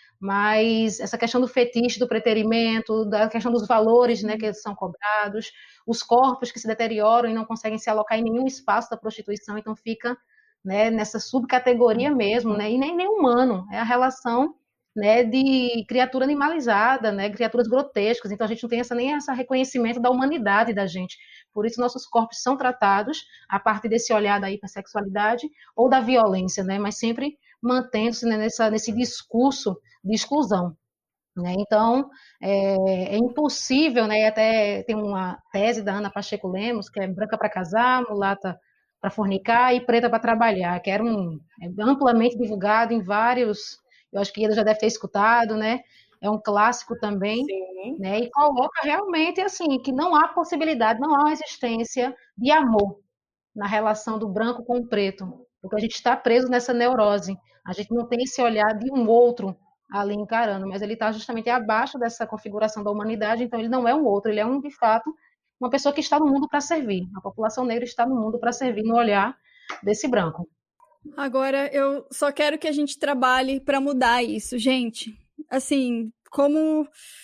Speaker 3: mas essa questão do fetiche, do preterimento, da questão dos valores, né, que são cobrados, os corpos que se deterioram e não conseguem se alocar em nenhum espaço da prostituição, então fica, né, nessa subcategoria mesmo, né, e nem humano, é a relação, né, de criatura animalizada, né, criaturas grotescas, então a gente não tem nem esse reconhecimento da humanidade da gente, por isso nossos corpos são tratados a partir desse olhar da hipersexualidade ou da violência, né, mas sempre mantendo-se, né, nesse discurso de exclusão. Né? Então, é impossível, né? Até tem uma tese da Ana Pacheco Lemos, que é branca para casar, mulata para fornicar e preta para trabalhar, que era amplamente divulgado em vários, eu acho que ele já deve ter escutado, né? É um clássico também, né? E coloca realmente assim que não há possibilidade, não há uma existência de amor na relação do branco com o preto, porque a gente está preso nessa neurose, a gente não tem esse olhar de um outro ali encarando, mas ele está justamente abaixo dessa configuração da humanidade, então ele não é um outro, ele é de fato, uma pessoa que está no mundo para servir. A população negra está no mundo para servir no olhar desse branco.
Speaker 1: Agora, eu só quero que a gente trabalhe para mudar isso, gente. Assim, como...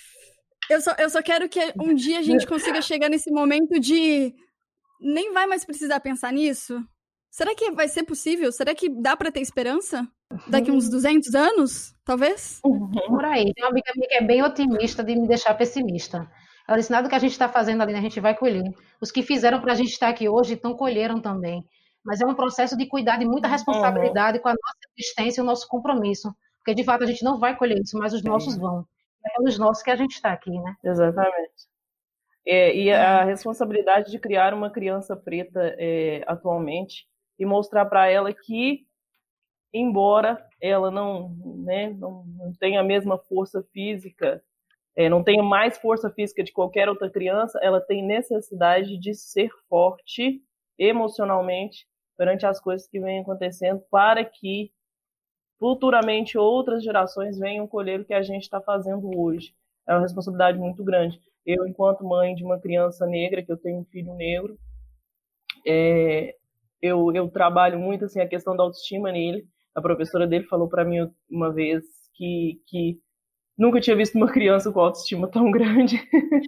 Speaker 1: Eu só quero que um dia a gente consiga chegar nesse momento de... Nem vai mais precisar pensar nisso? Será que vai ser possível? Será que dá para ter esperança? Daqui uns 200 anos, talvez?
Speaker 3: Por aí. Tem uma amiga minha que é bem otimista de me deixar pessimista. Ela disse, nada do que a gente está fazendo ali, a gente vai colher. Os que fizeram para a gente estar aqui hoje, então colheram também. Mas é um processo de cuidar de muita responsabilidade com a nossa existência e o nosso compromisso. Porque, de fato, a gente não vai colher isso, mas os nossos vão. É pelos nossos que a gente está aqui, né?
Speaker 4: Exatamente. E a responsabilidade de criar uma criança preta atualmente e mostrar para ela que, embora ela não tenha a mesma força física, não tenha mais força física de qualquer outra criança, ela tem necessidade de ser forte emocionalmente perante as coisas que vêm acontecendo para que futuramente outras gerações venham colher o que a gente está fazendo hoje. É uma responsabilidade muito grande. Eu, enquanto mãe de uma criança negra, que eu tenho um filho negro, eu trabalho muito assim, a questão da autoestima nele. A professora dele falou para mim uma vez que nunca tinha visto uma criança com autoestima tão grande.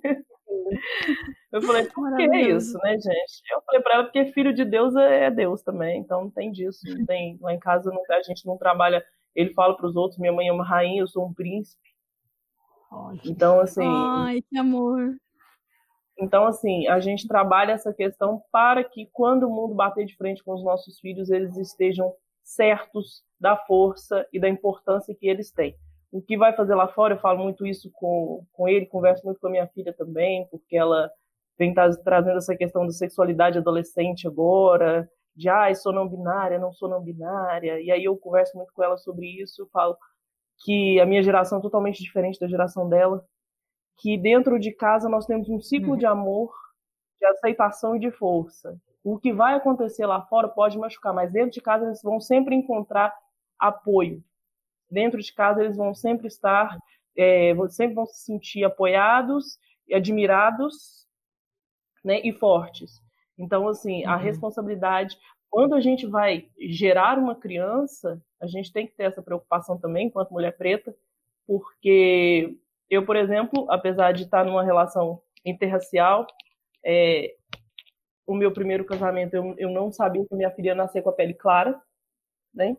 Speaker 4: Eu falei, por que é isso, né, gente? Eu falei para ela, porque filho de Deus é Deus também, então não tem disso, não tem, lá em casa a gente não trabalha, ele fala para os outros, minha mãe é uma rainha, eu sou um príncipe. Então, assim...
Speaker 1: Ai, que amor!
Speaker 4: Então, assim, a gente trabalha essa questão para que quando o mundo bater de frente com os nossos filhos, eles estejam certos da força e da importância que eles têm. O que vai fazer lá fora, eu falo muito isso com ele, converso muito com a minha filha também, porque ela vem trazendo essa questão da sexualidade adolescente agora, de, sou não binária, não sou não binária, e aí eu converso muito com ela sobre isso, eu falo que a minha geração é totalmente diferente da geração dela, que dentro de casa nós temos um ciclo de amor, de aceitação e de força. O que vai acontecer lá fora pode machucar, mas dentro de casa eles vão sempre encontrar apoio. Dentro de casa eles vão sempre estar, sempre vão se sentir apoiados, admirados, né, e fortes. Então, assim, a responsabilidade, quando a gente vai gerar uma criança, a gente tem que ter essa preocupação também, enquanto mulher preta, porque eu, por exemplo, apesar de estar numa relação interracial, o meu primeiro casamento, eu não sabia que minha filha ia nascer com a pele clara, né?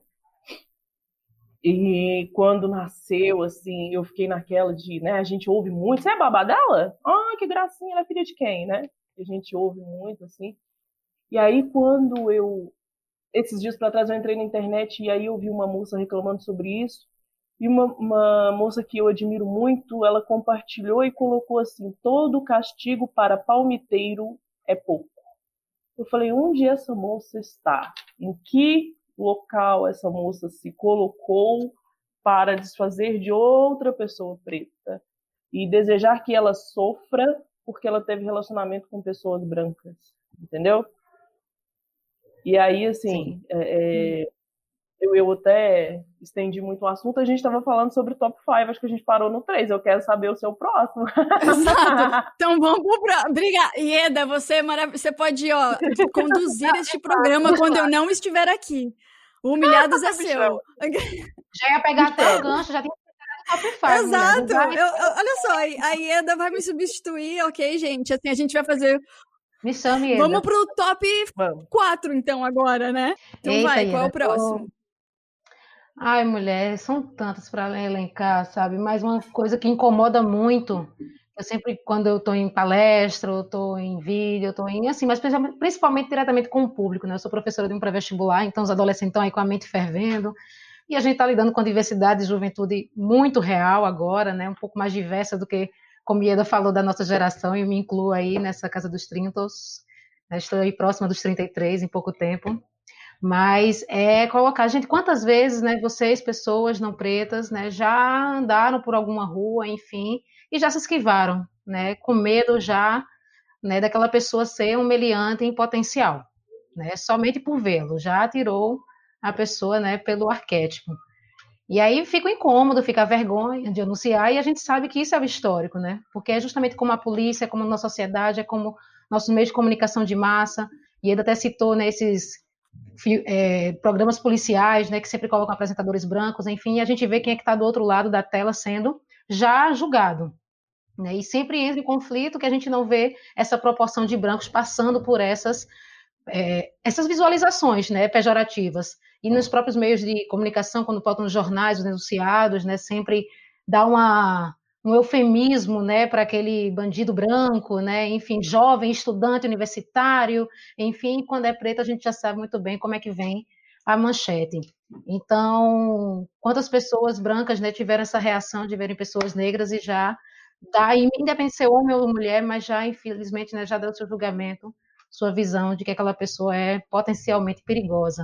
Speaker 4: E quando nasceu, assim, eu fiquei naquela de, né, a gente ouve muito, você é babá dela? Que gracinha, ela é filha de quem, né? A gente ouve muito, assim. E aí, quando esses dias para trás eu entrei na internet e aí eu vi uma moça reclamando sobre isso, e uma moça que eu admiro muito, ela compartilhou e colocou assim, todo castigo para palmiteiro é pouco. Eu falei, onde essa moça está? Em que local essa moça se colocou para desfazer de outra pessoa preta e desejar que ela sofra porque ela teve relacionamento com pessoas brancas, entendeu? E aí, assim, eu até estendi muito o assunto, a gente estava falando sobre o top 5, acho que a gente parou no 3, eu quero saber o seu próximo.
Speaker 1: Exato, então vamos pro próximo. Obrigada. Ieda, você é você pode conduzir este programa quando eu não estiver aqui. O Humilhados é seu.
Speaker 3: Já ia pegar até o gancho, já tem que top 5.
Speaker 1: Exato, olha só, a Ieda vai me substituir, ok, gente? Assim, a gente vai fazer...
Speaker 3: Me chame, Ieda.
Speaker 1: Vamos pro top 4, então, agora, né? Então
Speaker 3: Eita,
Speaker 1: vai,
Speaker 3: Ieda,
Speaker 1: qual é o próximo?
Speaker 3: Ai, mulher, são tantas para elencar, sabe? Mas uma coisa que incomoda muito, eu sempre, quando eu estou em palestra, eu estou em vídeo, eu estou em, assim, mas principalmente diretamente com o público, né? Eu sou professora de um pré-vestibular, então os adolescentes estão aí com a mente fervendo, e a gente está lidando com a diversidade de juventude muito real agora, né? Um pouco mais diversa do que, como Ieda falou, da nossa geração, e eu me incluo aí nessa casa dos 30, né? Estou aí próxima dos 33 em pouco tempo. Mas colocar, gente, quantas vezes, né, vocês, pessoas não pretas, né, já andaram por alguma rua, enfim, e já se esquivaram, né, com medo já, né, daquela pessoa ser um meliante em potencial, né, somente por vê-lo, já tirou a pessoa, né, pelo arquétipo. E aí fica incômodo, fica a vergonha de anunciar, e a gente sabe que isso é o histórico, né, porque é justamente como a polícia, como a nossa sociedade, é como nossos meios de comunicação de massa, e ele até citou, né, esses programas policiais, né, que sempre colocam apresentadores brancos, enfim, a gente vê quem é que está do outro lado da tela sendo já julgado, né, e sempre entra em conflito que a gente não vê essa proporção de brancos passando por essas visualizações, né, pejorativas, e nos próprios meios de comunicação, quando botam nos jornais, os denunciados, né, sempre dá um eufemismo, né, para aquele bandido branco, né, enfim, jovem, estudante, universitário, enfim, quando é preto a gente já sabe muito bem como é que vem a manchete. Então, quantas pessoas brancas, né, tiveram essa reação de verem pessoas negras e já dá, independente de ser homem ou mulher, mas já, infelizmente, né, já deu seu julgamento, sua visão de que aquela pessoa é potencialmente perigosa.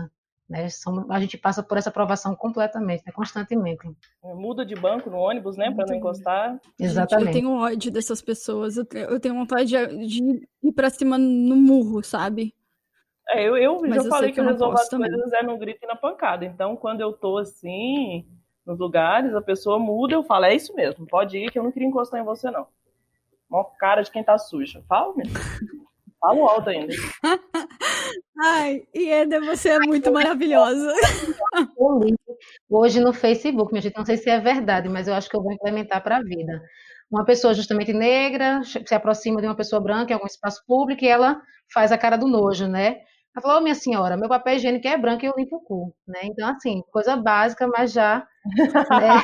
Speaker 3: né? A gente passa por essa provação completamente, né? Constantemente.
Speaker 4: Muda de banco no ônibus, né, para não encostar.
Speaker 3: Exatamente.
Speaker 1: Gente, eu tenho ódio dessas pessoas. Eu tenho vontade de ir pra cima no murro, sabe?
Speaker 4: Eu
Speaker 1: Mas
Speaker 4: já
Speaker 1: eu
Speaker 4: falei
Speaker 1: sei
Speaker 4: que eu
Speaker 1: não
Speaker 4: resolvo
Speaker 1: posso
Speaker 4: as
Speaker 1: também.
Speaker 4: coisas no grito e na pancada. Então, quando eu tô assim, nos lugares, a pessoa muda, eu falo, é isso mesmo, pode ir, que eu não queria encostar em você, não. Mó cara de quem tá suja. Falo mesmo. Falo alto ainda.
Speaker 1: Ai, Ieda, você é muito maravilhosa.
Speaker 3: Eu li hoje no Facebook, minha gente, não sei se é verdade, mas eu acho que eu vou implementar para a vida. Uma pessoa justamente negra se aproxima de uma pessoa branca em algum espaço público e ela faz a cara do nojo, né? Ela falou, minha senhora, meu papel higiênico é branco e eu limpo o cu, né? Então, assim, coisa básica, mas já, né?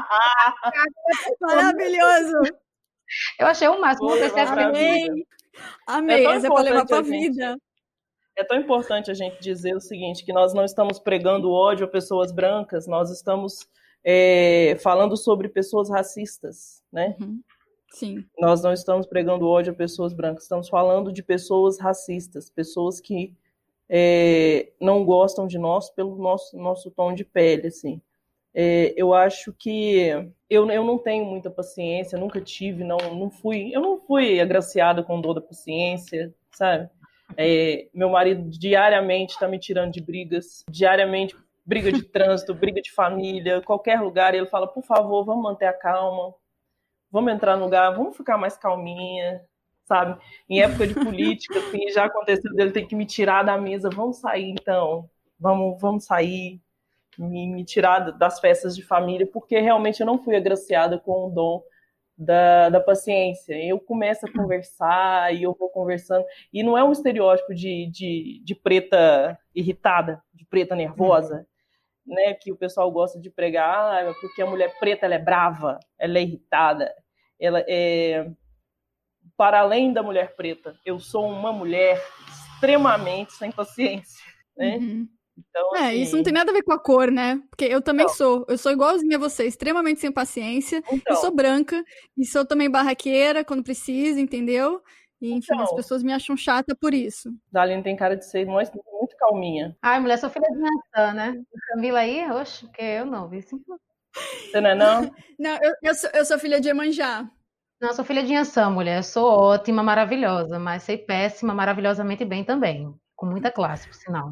Speaker 1: Maravilhoso.
Speaker 3: Eu achei o máximo,
Speaker 4: Vou
Speaker 3: eu
Speaker 4: levar
Speaker 3: pensei
Speaker 4: pra
Speaker 1: Amei.
Speaker 4: vida.
Speaker 1: Amei.
Speaker 4: tão
Speaker 1: Essa é pra levar
Speaker 4: importante
Speaker 1: pra
Speaker 4: a gente-
Speaker 1: vida.
Speaker 4: É tão importante a gente dizer o seguinte, que nós não estamos pregando ódio a pessoas brancas, nós estamos falando sobre pessoas racistas, né?
Speaker 1: Uhum. Sim.
Speaker 4: Nós não estamos pregando ódio a pessoas brancas, estamos falando de pessoas racistas, pessoas que não gostam de nós pelo nosso tom de pele, assim. Eu acho que eu não tenho muita paciência, nunca tive, eu não fui agraciada com dor da paciência, sabe? Meu marido diariamente está me tirando de brigas, diariamente briga de trânsito, briga de família, qualquer lugar, ele fala, por favor, vamos manter a calma, vamos entrar no lugar, vamos ficar mais calminha, sabe? Em época de política, assim, já aconteceu dele ter que me tirar da mesa, vamos sair então, vamos sair, me tirar das festas de família, porque realmente eu não fui agraciada com o dom da paciência. Eu começo a conversar e eu vou conversando, e não é um estereótipo de preta irritada, de preta nervosa, né, que o pessoal gosta de pregar, porque a mulher preta ela é brava, ela é irritada, ela é... Para além da mulher preta, eu sou uma mulher extremamente sem paciência, né?
Speaker 1: Uhum.
Speaker 4: Então, assim,
Speaker 1: isso não tem nada a ver com a cor, né? Porque eu também sou. Eu sou igualzinha a você, extremamente sem paciência. Eu sou branca e sou também barraqueira quando precisa, entendeu? E, enfim, as pessoas me acham chata por isso.
Speaker 4: Daline tem cara de ser muito calminha.
Speaker 3: Ai, mulher, sou filha de Natan, né? Camila aí, oxe, porque eu não, vi sim.
Speaker 4: Você não é, não?
Speaker 1: Não, eu sou filha de Iemanjá.
Speaker 3: Não, sou filha de Ançã, mulher. Sou ótima, maravilhosa, mas sei péssima, maravilhosamente bem também. Com muita classe, por sinal.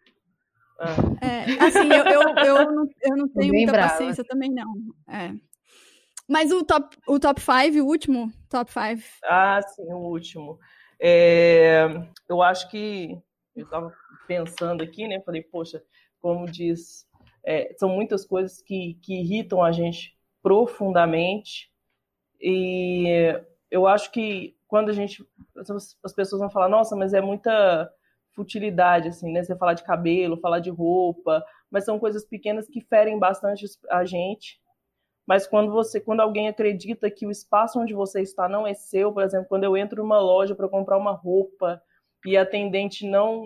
Speaker 1: Assim, eu não tenho muita
Speaker 3: brava.
Speaker 1: paciência também, não. Mas o top 5, o último top 5.
Speaker 4: Ah, sim, o último. Eu acho que eu estava pensando aqui, né? Falei, poxa, como diz, são muitas coisas que irritam a gente profundamente. E eu acho que quando as pessoas vão falar, nossa, mas é muita futilidade, assim, né? Você falar de cabelo, falar de roupa, mas são coisas pequenas que ferem bastante a gente. Mas quando alguém acredita que o espaço onde você está não é seu, por exemplo, quando eu entro numa loja para comprar uma roupa e a atendente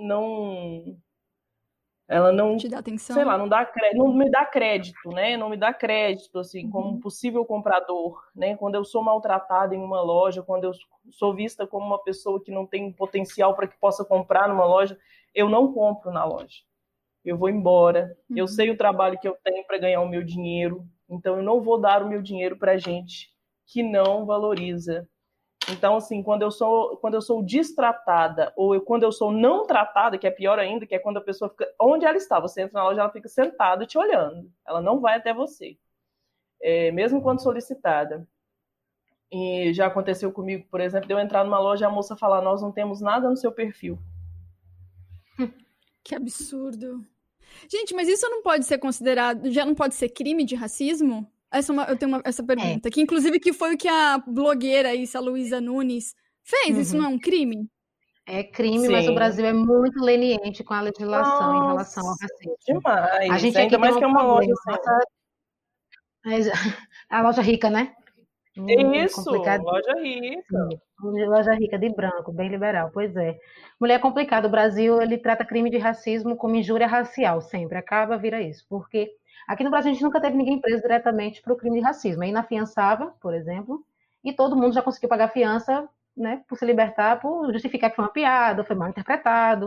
Speaker 4: ela não
Speaker 1: te dá atenção,
Speaker 4: sei lá, não me dá crédito, né? Não me dá crédito, assim, como possível comprador, né? Quando eu sou maltratada em uma loja, quando eu sou vista como uma pessoa que não tem potencial para que possa comprar numa loja, eu não compro na loja. Eu vou embora. Eu sei o trabalho que eu tenho para ganhar o meu dinheiro, então eu não vou dar o meu dinheiro para gente que não valoriza. Então, assim, quando eu sou destratada, ou quando eu sou não tratada, que é pior ainda, que é quando a pessoa fica onde ela está, você entra na loja, ela fica sentada te olhando, ela não vai até você, mesmo quando solicitada. E já aconteceu comigo, por exemplo, de eu entrar numa loja e a moça falar, nós não temos nada no seu perfil.
Speaker 1: Que absurdo. Gente, mas isso não pode ser considerado, já não pode ser crime de racismo? Eu tenho essa pergunta, que inclusive que foi o que a blogueira a Luísa Nunes fez. Isso não é um crime?
Speaker 3: É crime,
Speaker 4: Sim.
Speaker 3: Mas o Brasil é muito leniente com a legislação em relação ao racismo.
Speaker 4: Demais.
Speaker 3: A gente
Speaker 4: ainda mais que é uma loja
Speaker 3: assim. A loja rica, né?
Speaker 4: Isso, loja rica.
Speaker 3: Loja rica de branco, bem liberal, pois é. Mulher, é complicado. O Brasil, ele trata crime de racismo como injúria racial, sempre. Vira isso. Porque aqui no Brasil a gente nunca teve ninguém preso diretamente por crime de racismo. É inafiançável, por exemplo, e todo mundo já conseguiu pagar fiança, né, por se libertar, por justificar que foi uma piada, foi mal interpretado.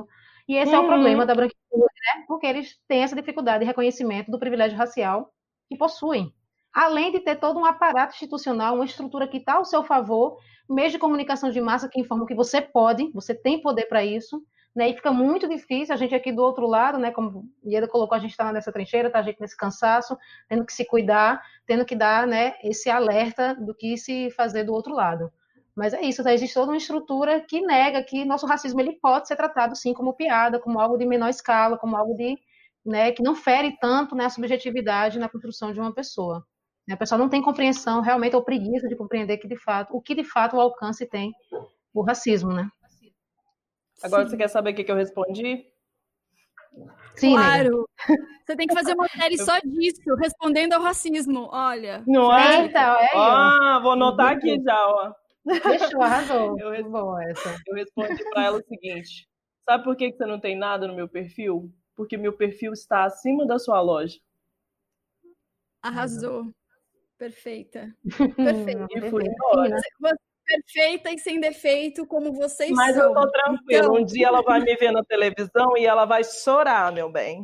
Speaker 3: E esse é o problema da branquitude, né? Porque eles têm essa dificuldade de reconhecimento do privilégio racial que possuem. Além de ter todo um aparato institucional, uma estrutura que está ao seu favor, meios de comunicação de massa que informam que você pode, você tem poder para isso, né? E fica muito difícil, a gente aqui do outro lado, né? Como Ieda colocou, a gente está nessa trincheira, tá a gente nesse cansaço, tendo que se cuidar, tendo que dar, né, esse alerta do que se fazer do outro lado. Mas é isso, tá? Existe toda uma estrutura que nega que nosso racismo ele pode ser tratado sim como piada, como algo de menor escala, como algo de, né, que não fere tanto, né, a subjetividade na construção de uma pessoa. A pessoa não tem compreensão realmente ou preguiça de compreender que de fato o alcance tem o racismo, né?
Speaker 4: Agora você quer saber o que eu respondi?
Speaker 3: Sim,
Speaker 1: claro. Nega. Você tem que fazer uma série só disso, respondendo ao racismo, olha.
Speaker 4: Não é?
Speaker 3: Então,
Speaker 4: vou anotar aqui já, ó.
Speaker 3: Fechou, arrasou.
Speaker 4: Eu respondi para ela o seguinte: sabe por que você não tem nada no meu perfil? Porque meu perfil está acima da sua loja.
Speaker 1: Arrasou. Perfeita. Perfeita.
Speaker 4: E fui embora.
Speaker 1: Perfeita e sem defeito, como vocês
Speaker 4: Mas
Speaker 1: são.
Speaker 4: Eu tô tranquila. Então... Um dia ela vai me ver na televisão e ela vai chorar, meu bem.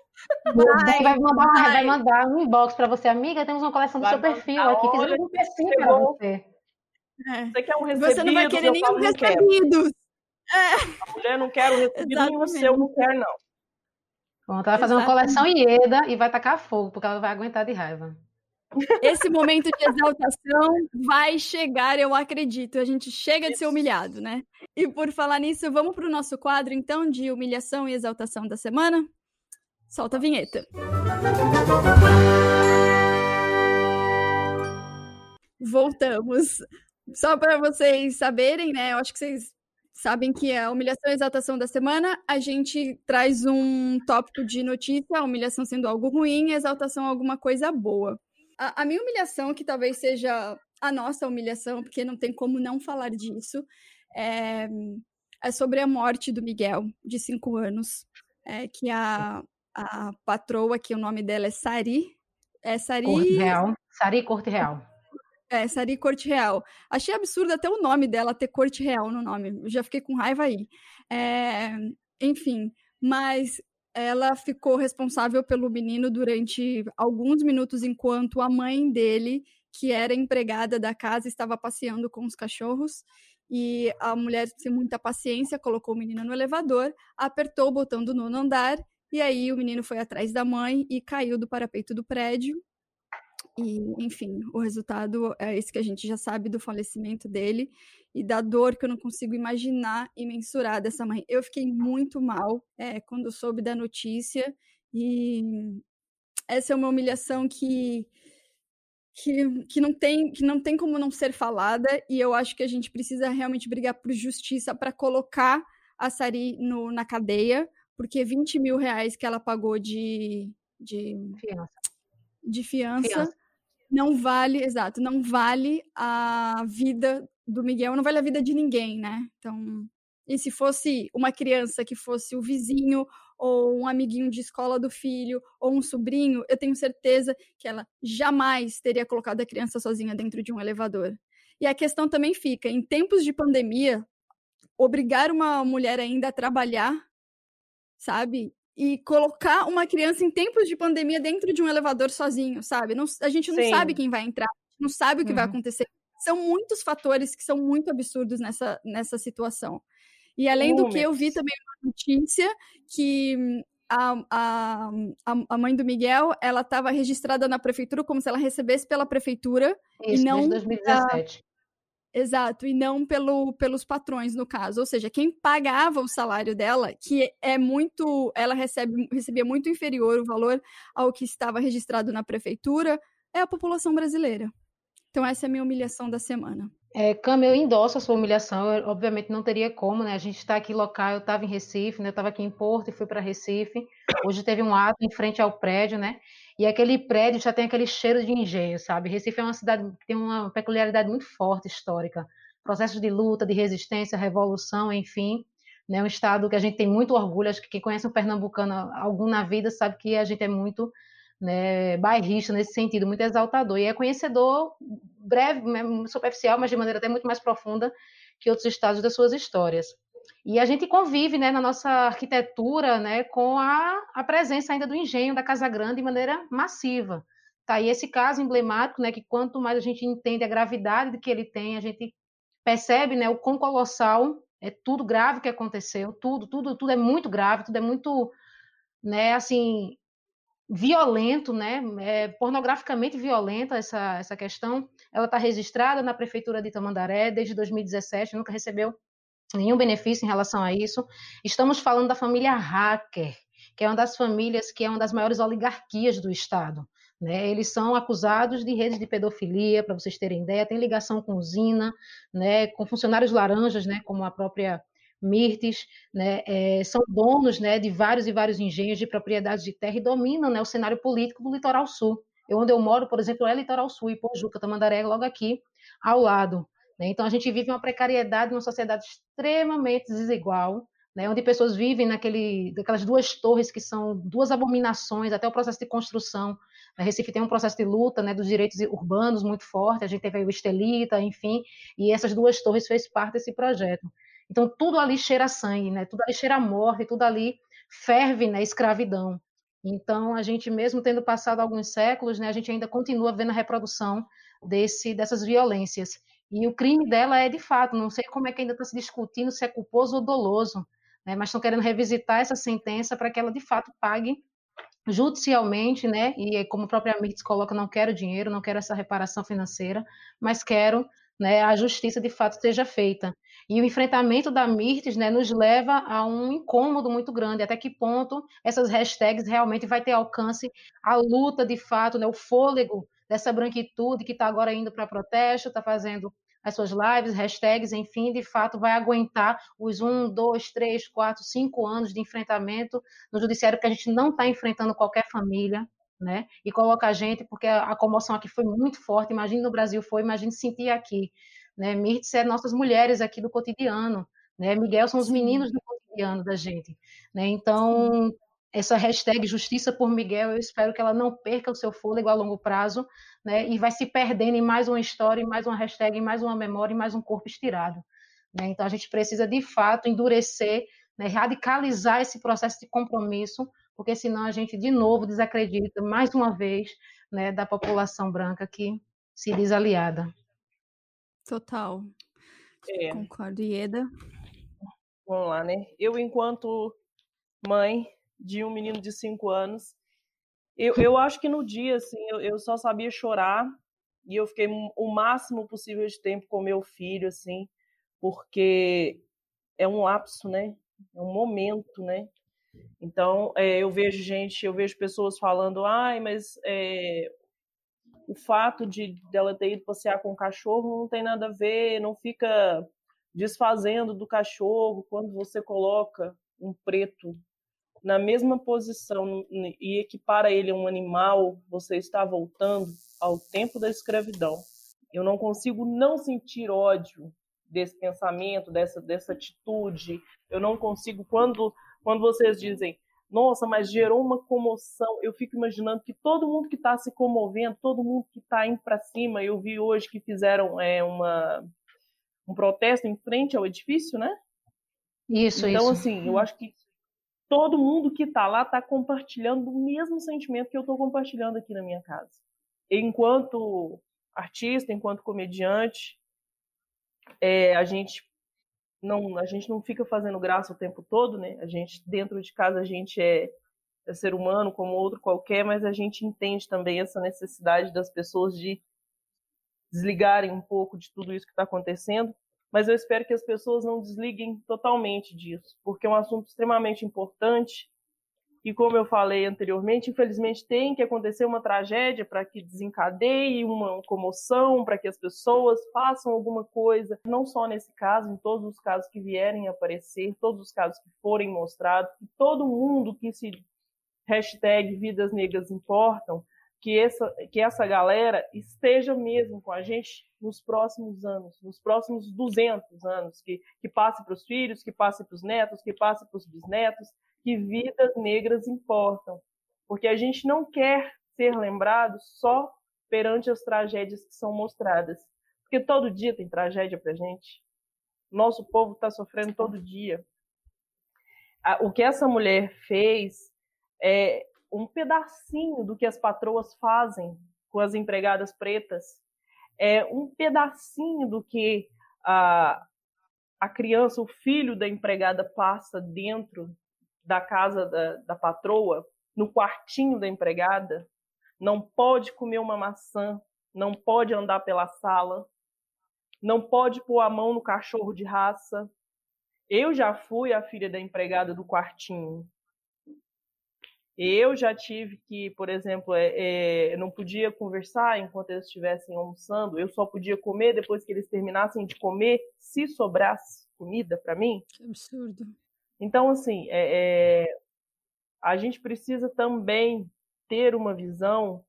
Speaker 3: Vai mandar um inbox para você, amiga. Temos uma coleção do seu perfil aqui. Fizemos um perfil para você.
Speaker 4: Você quer um recebido?
Speaker 1: Você não vai querer nenhum recebido.
Speaker 4: A mulher não quer o recebido, nem o seu não quer, não.
Speaker 3: Pronto, ela vai fazer uma coleção Ieda e vai tacar fogo, porque ela vai aguentar de raiva.
Speaker 1: Esse momento de exaltação vai chegar, eu acredito. A gente chega de ser humilhado, né? E por falar nisso, vamos para o nosso quadro, então, de humilhação e exaltação da semana? Solta a vinheta. Voltamos. Só para vocês saberem, né? Eu acho que vocês sabem que a humilhação e exaltação da semana, a gente traz um tópico de notícia, a humilhação sendo algo ruim, a exaltação alguma coisa boa. A minha humilhação, que talvez seja a nossa humilhação, porque não tem como não falar disso, é sobre a morte do Miguel, de 5 anos, que a patroa, que o nome dela é Sari.
Speaker 3: Corte Real. Sari Corte Real.
Speaker 1: Sari Corte Real. Achei absurdo até o nome dela ter Corte Real no nome. Eu já fiquei com raiva aí. Enfim, mas ela ficou responsável pelo menino durante alguns minutos, enquanto a mãe dele, que era empregada da casa, estava passeando com os cachorros. E a mulher, sem muita paciência, colocou o menino no elevador, apertou o botão do 9º andar, e aí o menino foi atrás da mãe e caiu do parapeito do prédio. E, enfim, o resultado é esse que a gente já sabe do falecimento dele e da dor que eu não consigo imaginar e mensurar dessa mãe. Eu fiquei muito mal quando soube da notícia e essa é uma humilhação que não tem como não ser falada, e eu acho que a gente precisa realmente brigar por justiça para colocar a Sari na cadeia, porque 20 mil reais que ela pagou de fiança. Não vale, exato, não vale a vida do Miguel, não vale a vida de ninguém, né? Então, e se fosse uma criança que fosse o vizinho ou um amiguinho de escola do filho ou um sobrinho, eu tenho certeza que ela jamais teria colocado a criança sozinha dentro de um elevador. E a questão também fica, em tempos de pandemia, obrigar uma mulher ainda a trabalhar, sabe? E colocar uma criança em tempos de pandemia dentro de um elevador sozinho, sabe? A gente não sabe quem vai entrar, não sabe o que vai acontecer. São muitos fatores que são muito absurdos nessa situação. E além do que, eu vi também uma notícia que a mãe do Miguel, ela estava registrada na prefeitura como se ela recebesse pela prefeitura.
Speaker 3: Isso,
Speaker 1: e não
Speaker 3: desde 2017.
Speaker 1: Exato, e não pelos patrões, no caso. Ou seja, quem pagava o salário dela, que ela recebia muito inferior o valor ao que estava registrado na prefeitura, é a população brasileira. Então essa é a minha humilhação da semana.
Speaker 3: Cami, eu endosso a sua humilhação, eu, obviamente não teria como, né? A gente está aqui local, eu estava em Recife, né? Eu estava aqui em Porto e fui para Recife. Hoje teve um ato em frente ao prédio, né? E aquele prédio já tem aquele cheiro de engenho, sabe? Recife é uma cidade que tem uma peculiaridade muito forte, histórica. Processos de luta, de resistência, revolução, enfim. Né? Um estado que a gente tem muito orgulho. Acho que quem conhece um pernambucano algum na vida sabe que a gente é muito, né, bairrista nesse sentido, muito exaltador. E é conhecedor breve, superficial, mas de maneira até muito mais profunda que outros estados das suas histórias. E a gente convive, né, na nossa arquitetura, né, com a presença ainda do engenho da Casa Grande de maneira massiva. Tá aí esse caso emblemático, né, que quanto mais a gente entende a gravidade de que ele tem, a gente percebe, né, o quão colossal é tudo grave que aconteceu, tudo é muito grave, tudo é muito, né, assim, violento, né, pornograficamente violenta essa questão. Ela está registrada na prefeitura de Tamandaré desde 2017, nunca recebeu nenhum benefício em relação a isso. Estamos falando da família Hacker, que é uma das famílias que é uma das maiores oligarquias do Estado. Né? Eles são acusados de redes de pedofilia, para vocês terem ideia, tem ligação com usina, né? Com funcionários laranjas, né? Como a própria Mirtes, né? São donos, né? De vários e vários engenhos de propriedades de terra e dominam, né? O cenário político do Litoral Sul. Onde eu moro, por exemplo, é Litoral Sul, Ipojuca, Tamandaré, logo aqui ao lado. Né? Então, a gente vive uma precariedade, uma sociedade extremamente desigual, né? Onde pessoas vivem daquelas duas torres que são duas abominações, até o processo de construção. A Recife tem um processo de luta, né, dos direitos urbanos muito forte, a gente teve aí o Estelita, enfim, e essas duas torres fez parte desse projeto. Então, tudo ali cheira sangue, né? Tudo ali cheira morte, tudo ali ferve, né, escravidão. Então, a gente, mesmo tendo passado alguns séculos, né, a gente ainda continua vendo a reprodução dessas violências. E o crime dela é, de fato, não sei como é que ainda está se discutindo se é culposo ou doloso, né, mas estão querendo revisitar essa sentença para que ela, de fato, pague judicialmente, né, e como a própria Mirtz coloca, não quero dinheiro, não quero essa reparação financeira, mas quero, né, a justiça de fato seja feita. E o enfrentamento da Mirtz, né, nos leva a um incômodo muito grande, até que ponto essas hashtags realmente vai ter alcance, a luta de fato, né, o fôlego dessa branquitude que está agora indo para protesto, está fazendo as suas lives, hashtags, enfim, de fato vai aguentar os 1, 2, 3, 4, 5 anos de enfrentamento no judiciário, porque a gente não está enfrentando qualquer família, né? E coloca a gente, porque a comoção aqui foi muito forte, imagine no Brasil foi, imagine sentir aqui, né? Mirtz é nossas mulheres aqui do cotidiano, né? Miguel são os meninos do cotidiano da gente, né? Então, essa hashtag Justiça por Miguel, eu espero que ela não perca o seu fôlego a longo prazo, né? E vai se perdendo em mais uma história, em mais uma hashtag, em mais uma memória, em mais um corpo estirado, né? Então, a gente precisa, de fato, endurecer, né? Radicalizar esse processo de compromisso, porque senão a gente, de novo, desacredita, mais uma vez, né, da população branca que se diz aliada.
Speaker 1: Total. Concordo, Ieda.
Speaker 4: Vamos lá, né? Eu, enquanto mãe de um menino de 5 anos, eu acho que no dia, assim, eu só sabia chorar e eu fiquei o máximo possível de tempo com meu filho, assim, porque é um lapso, né? É um momento, né? Então, eu vejo pessoas falando, mas o fato dela ter ido passear com o cachorro não tem nada a ver, não fica desfazendo do cachorro quando você coloca um preto na mesma posição e equipara ele a um animal, você está voltando ao tempo da escravidão. Eu não consigo não sentir ódio desse pensamento, dessa atitude. Eu não consigo, quando vocês dizem, nossa, mas gerou uma comoção, eu fico imaginando que todo mundo que está se comovendo, todo mundo que está indo para cima, eu vi hoje que fizeram um protesto em frente ao edifício, né?
Speaker 3: Isso.
Speaker 4: Então, assim, eu acho que todo mundo que está lá está compartilhando o mesmo sentimento que eu estou compartilhando aqui na minha casa. Enquanto artista, enquanto comediante, a gente não fica fazendo graça o tempo todo, né? A gente, dentro de casa, a gente é ser humano como outro qualquer, mas a gente entende também essa necessidade das pessoas de desligarem um pouco de tudo isso que está acontecendo. Mas eu espero que as pessoas não desliguem totalmente disso, porque é um assunto extremamente importante e, como eu falei anteriormente, infelizmente tem que acontecer uma tragédia para que desencadeie uma comoção, para que as pessoas façam alguma coisa, não só nesse caso, em todos os casos que vierem a aparecer, todos os casos que forem mostrados, que todo mundo que se hashtag Vidas Negras Importam, que essa galera esteja mesmo com a gente nos próximos anos, nos próximos 200 anos, que passe para os filhos, que passe para os netos, que passe para os bisnetos, que vidas negras importam. Porque a gente não quer ser lembrado só perante as tragédias que são mostradas. Porque todo dia tem tragédia para a gente. Nosso povo está sofrendo todo dia. O que essa mulher fez é um pedacinho do que as patroas fazem com as empregadas pretas, é um pedacinho do que a criança, o filho da empregada passa dentro da casa da patroa, no quartinho da empregada. Não pode comer uma maçã, não pode andar pela sala, não pode pôr a mão no cachorro de raça. Eu já fui a filha da empregada do quartinho. Eu já tive que, por exemplo, não podia conversar enquanto eles estivessem almoçando, eu só podia comer depois que eles terminassem de comer, se sobrasse comida para mim.
Speaker 1: Que absurdo.
Speaker 4: Então, assim, a gente precisa também ter uma visão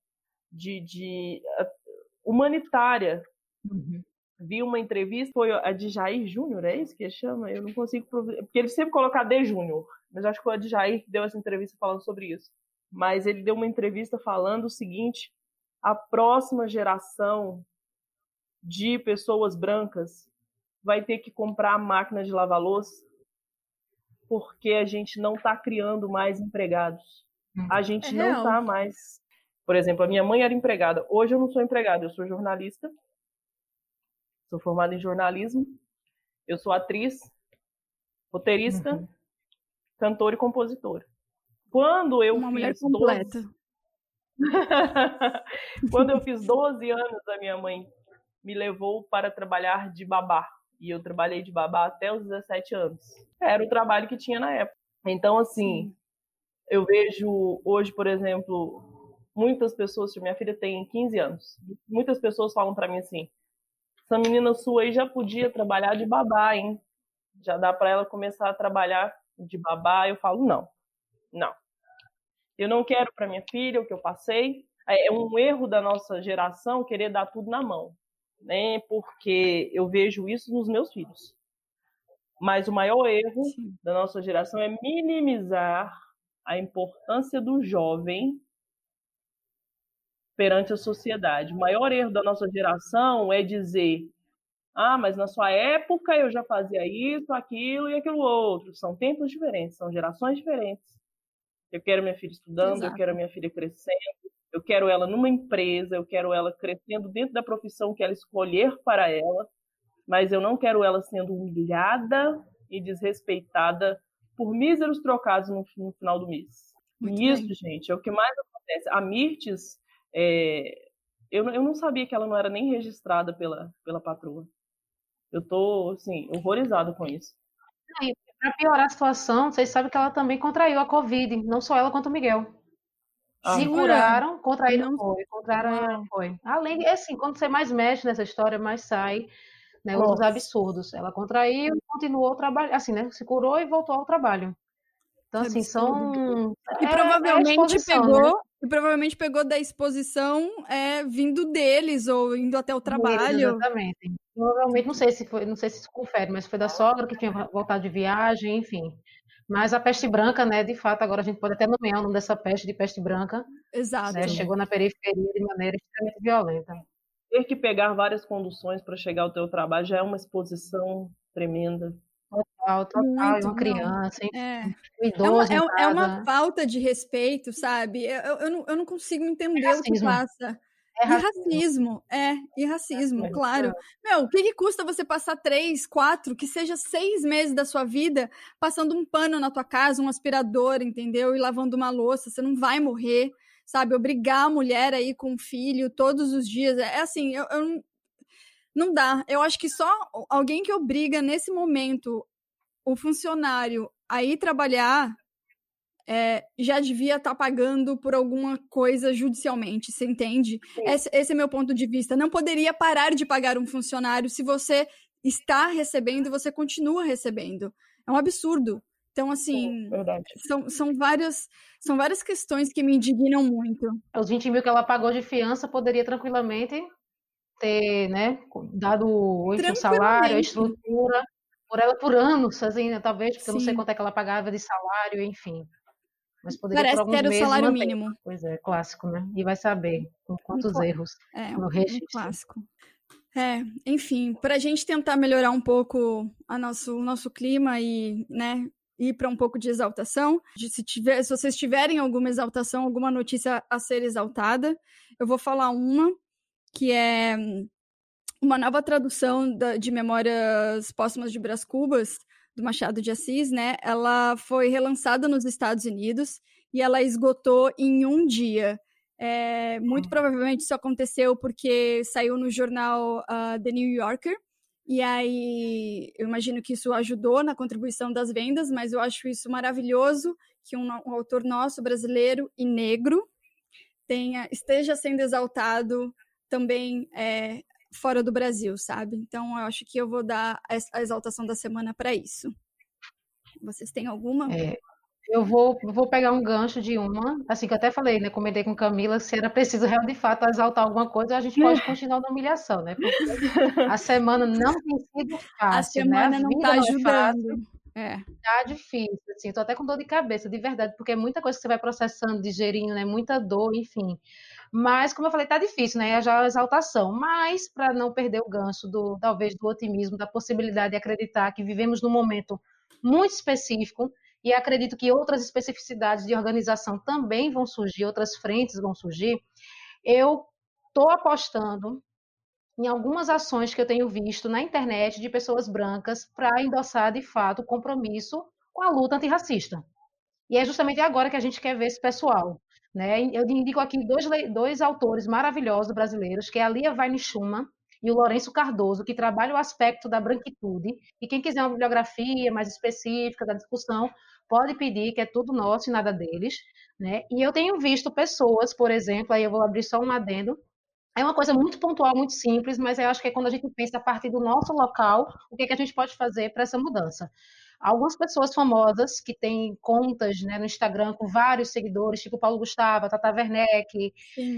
Speaker 4: humanitária.
Speaker 3: Uhum.
Speaker 4: Vi uma entrevista, foi a de Jair Júnior, é isso que ele chama? Eu não consigo... Porque ele sempre coloca D Júnior, mas acho que foi a de Jair que deu essa entrevista falando sobre isso. Mas ele deu uma entrevista falando o seguinte: a próxima geração de pessoas brancas vai ter que comprar máquina de lavar louça porque a gente não está criando mais empregados. A gente não está mais... Por exemplo, a minha mãe era empregada. Hoje eu não sou empregada, eu sou jornalista. Sou formada em jornalismo. Eu sou atriz, roteirista, cantora e compositora. Quando eu fiz 12... Quando eu fiz 12 anos, a minha mãe me levou para trabalhar de babá. E eu trabalhei de babá até os 17 anos. Era o trabalho que tinha na época. Então, assim, eu vejo hoje, por exemplo, muitas pessoas... Minha filha tem 15 anos. Muitas pessoas falam para mim assim: essa menina sua aí já podia trabalhar de babá, hein? Já dá para ela começar a trabalhar de babá. Eu falo, não. Eu não quero para minha filha o que eu passei. É um erro da nossa geração querer dar tudo na mão, né? Porque eu vejo isso nos meus filhos. Mas o maior erro da nossa geração é minimizar a importância do jovem perante a sociedade. O maior erro da nossa geração é dizer: mas na sua época eu já fazia isso, aquilo e aquilo outro. São tempos diferentes, são gerações diferentes. Eu quero minha filha estudando, Exato. Eu quero minha filha crescendo, eu quero ela numa empresa, eu quero ela crescendo dentro da profissão que ela escolher para ela, mas eu não quero ela sendo humilhada e desrespeitada por míseros trocados no final do mês. Muito e isso, bem. Gente, é o que mais acontece. A Mirtes... eu não sabia que ela não era nem registrada pela patroa. Eu tô, assim, horrorizada com isso.
Speaker 3: Para piorar a situação, vocês sabem que ela também contraiu a Covid, não só ela quanto o Miguel. Se curaram, contraíram, foi. Além, assim, quando você mais mexe nessa história, mais sai, né, os absurdos. Ela contraiu e continuou trabalhando, assim, né, se curou e voltou ao trabalho. Então, assim, são...
Speaker 1: E provavelmente pegou da exposição vindo deles ou indo até o trabalho.
Speaker 3: Exatamente. Provavelmente, não sei se isso confere, mas foi da sogra que tinha voltado de viagem, enfim. Mas a peste branca, né, de fato, agora a gente pode até nomear o nome dessa peste de peste branca.
Speaker 1: Exato.
Speaker 3: Né, chegou na periferia de maneira extremamente violenta.
Speaker 4: Ter que pegar várias conduções para chegar ao teu trabalho já é uma exposição tremenda.
Speaker 3: Total, muito, uma criança, um idoso
Speaker 1: é uma falta de respeito, sabe? Eu não consigo entender o que passa. E racismo, claro. Meu, o que custa você passar 3, 4, que seja 6 meses da sua vida passando um pano na tua casa, um aspirador, entendeu? E lavando uma louça, você não vai morrer, sabe? Obrigar a mulher aí com o filho todos os dias, assim, não dá. Eu acho que só alguém que obriga nesse momento o funcionário a ir trabalhar já devia estar pagando por alguma coisa judicialmente, você entende? Esse é meu ponto de vista. Não poderia parar de pagar um funcionário se você está recebendo e você continua recebendo. É um absurdo. Então, assim, são várias questões que me indignam muito.
Speaker 3: Os 20 mil que ela pagou de fiança poderia tranquilamente ter, né, dado o salário, a estrutura, por anos, assim, né, talvez, porque eu não sei quanto é que ela pagava de salário, enfim. Mas poderia
Speaker 1: Parece
Speaker 3: por alguns
Speaker 1: ter o
Speaker 3: meses
Speaker 1: salário
Speaker 3: manter.
Speaker 1: mínimo.
Speaker 3: Pois é, clássico, né? E vai saber com quantos erros no registro.
Speaker 1: Clássico. Enfim, para a gente tentar melhorar um pouco o nosso clima e, né, ir para um pouco de exaltação, se vocês tiverem alguma exaltação, alguma notícia a ser exaltada, eu vou falar uma, que é uma nova tradução de Memórias Póstumas de Brás Cubas, do Machado de Assis, né? Ela foi relançada nos Estados Unidos e ela esgotou em um dia. Muito provavelmente isso aconteceu porque saiu no jornal The New Yorker, e aí eu imagino que isso ajudou na contribuição das vendas, mas eu acho isso maravilhoso que um autor nosso, brasileiro e negro, esteja sendo exaltado também fora do Brasil, sabe? Então eu acho que eu vou dar a exaltação da semana para isso. Vocês têm alguma?
Speaker 3: Eu vou pegar um gancho de uma, assim que eu até falei, né? Comentei com Camila, se era preciso real de fato exaltar alguma coisa, a gente pode continuar na humilhação, né? Porque a semana não tem sido fácil,
Speaker 1: a semana
Speaker 3: né?
Speaker 1: não está ajudando.
Speaker 3: Tá difícil, assim, tô até com dor de cabeça, de verdade, porque é muita coisa que você vai processando, digerindo, né? Muita dor, enfim. Mas, como eu falei, tá difícil, né? Já a exaltação. Mas, para não perder o gancho talvez do otimismo, da possibilidade de acreditar que vivemos num momento muito específico, e acredito que outras especificidades de organização também vão surgir, outras frentes vão surgir, eu estou apostando em algumas ações que eu tenho visto na internet de pessoas brancas para endossar, de fato, o compromisso com a luta antirracista. E é justamente agora que a gente quer ver esse pessoal. Né? Eu indico aqui dois autores maravilhosos brasileiros, que é a Lia Weine-Schumann e o Lourenço Cardoso, que trabalham o aspecto da branquitude. E quem quiser uma bibliografia mais específica da discussão, pode pedir, que é tudo nosso e nada deles. Né? E eu tenho visto pessoas, por exemplo, aí eu vou abrir só um adendo, é uma coisa muito pontual, muito simples, mas eu acho que é quando a gente pensa a partir do nosso local, o que é que a gente pode fazer para essa mudança. Algumas pessoas famosas que têm contas, né, no Instagram com vários seguidores, tipo Paulo Gustavo, Tata Werneck,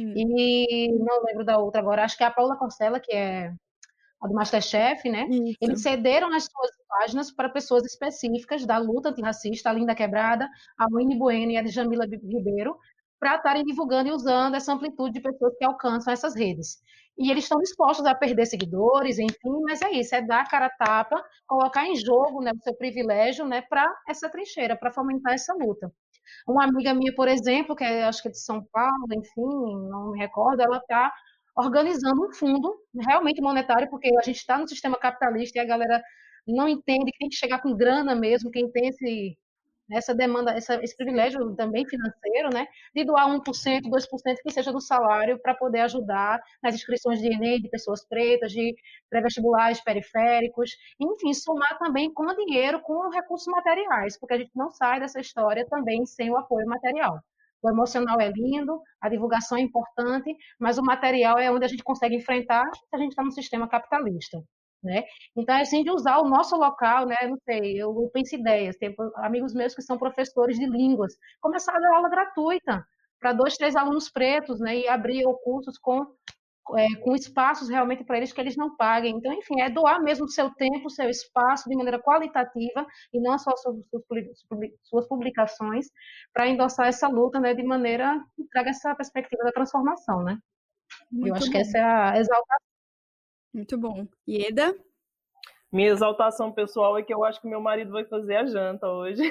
Speaker 3: e não lembro da outra agora, acho que é a Paula Concella, que é a do MasterChef, né?
Speaker 1: Isso.
Speaker 3: Eles cederam as suas páginas para pessoas específicas da luta antirracista, a Linda Quebrada, a Winnie Bueno e a Djamila Ribeiro, para estarem divulgando e usando essa amplitude de pessoas que alcançam essas redes. E eles estão dispostos a perder seguidores, enfim, mas é isso, é dar a cara a tapa, colocar em jogo, né, o seu privilégio, né, para essa trincheira, para fomentar essa luta. Uma amiga minha, por exemplo, que acho que é de São Paulo, enfim, não me recordo, ela está organizando um fundo realmente monetário, porque a gente está no sistema capitalista e a galera não entende que tem que chegar com grana mesmo, quem tem essa demanda, esse privilégio também financeiro, né, de doar 1%, 2% que seja do salário para poder ajudar nas inscrições de Enem, de pessoas pretas, de pré-vestibulares periféricos, enfim, somar também com dinheiro, com recursos materiais, porque a gente não sai dessa história também sem o apoio material. O emocional é lindo, a divulgação é importante, mas o material é onde a gente consegue enfrentar se a gente está no sistema capitalista. Né? Então, é assim, de usar o nosso local, né? Não sei, eu penso ideias. Tem amigos meus que são professores de línguas, começar a dar aula gratuita para 2, 3 alunos pretos, né? E abrir cursos com espaços realmente para eles que eles não paguem. Então, enfim, é doar mesmo o seu tempo, o seu espaço de maneira qualitativa e não só suas publicações para endossar essa luta, né? De maneira que traga essa perspectiva da transformação, né? Eu acho que essa é a exaltação.
Speaker 1: Muito bom. Ieda?
Speaker 4: Minha exaltação pessoal é que eu acho que meu marido vai fazer a janta hoje.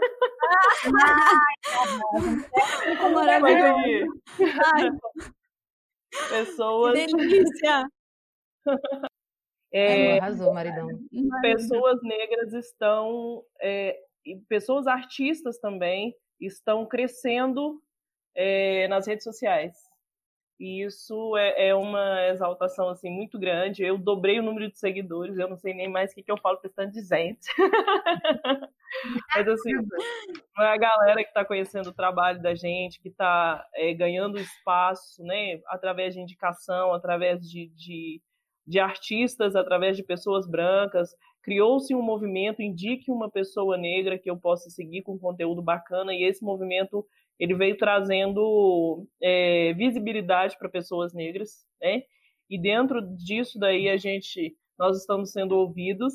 Speaker 1: Maravilhoso.
Speaker 4: Pessoas...
Speaker 1: Que delícia!
Speaker 3: Arrasou, maridão.
Speaker 4: Pessoas negras estão... e pessoas artistas também estão crescendo nas redes sociais. E isso é uma exaltação assim, muito grande. Eu dobrei o número de seguidores, eu não sei nem mais o que eu falo para tanto de gente. Mas assim, a galera que está conhecendo o trabalho da gente, que está ganhando espaço, né, através de indicação, através de artistas, através de pessoas brancas. Criou-se um movimento, indique uma pessoa negra que eu possa seguir com conteúdo bacana, e esse movimento ele veio trazendo visibilidade para pessoas negras, né? E dentro disso daí nós estamos sendo ouvidos.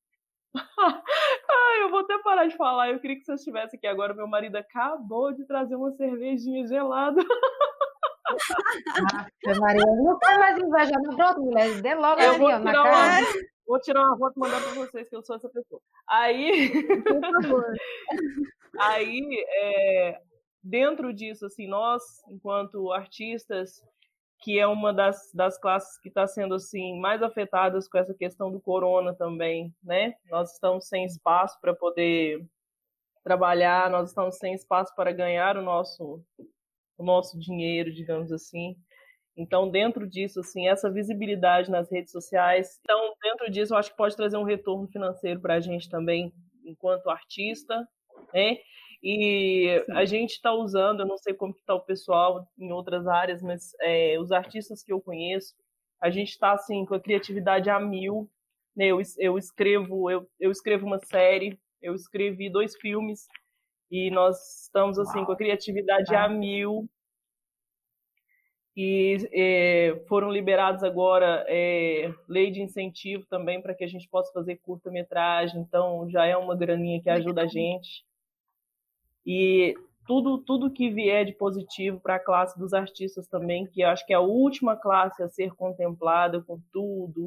Speaker 4: Eu vou até parar de falar, eu queria que vocês estivessem aqui agora, meu marido acabou de trazer uma cervejinha gelada.
Speaker 3: Maria, não tem mais inveja, não. Pronto, mulher, dê logo
Speaker 4: Eu
Speaker 3: assim, ó, na cara.
Speaker 4: vou tirar uma foto e mandar para vocês, que eu sou essa pessoa. Aí,
Speaker 1: Por favor.
Speaker 4: aí dentro disso, assim, nós, enquanto artistas, que é uma das classes que está sendo assim mais afetadas com essa questão do corona também, né? Nós estamos sem espaço para poder trabalhar, nós estamos sem espaço para ganhar o nosso dinheiro, digamos assim. Então, dentro disso, assim, essa visibilidade nas redes sociais, então, dentro disso, eu acho que pode trazer um retorno financeiro para a gente também, enquanto artista, né? E a gente está usando, eu não sei como está o pessoal em outras áreas, mas os artistas que eu conheço, a gente está assim com a criatividade a mil, né? Eu escrevo uma série, eu escrevi 2 filmes e nós estamos assim com a criatividade a mil. E foram liberados agora lei de incentivo também para que a gente possa fazer curta-metragem, então já é uma graninha que ajuda a gente. E tudo que vier de positivo para a classe dos artistas também, que eu acho que é a última classe a ser contemplada com tudo,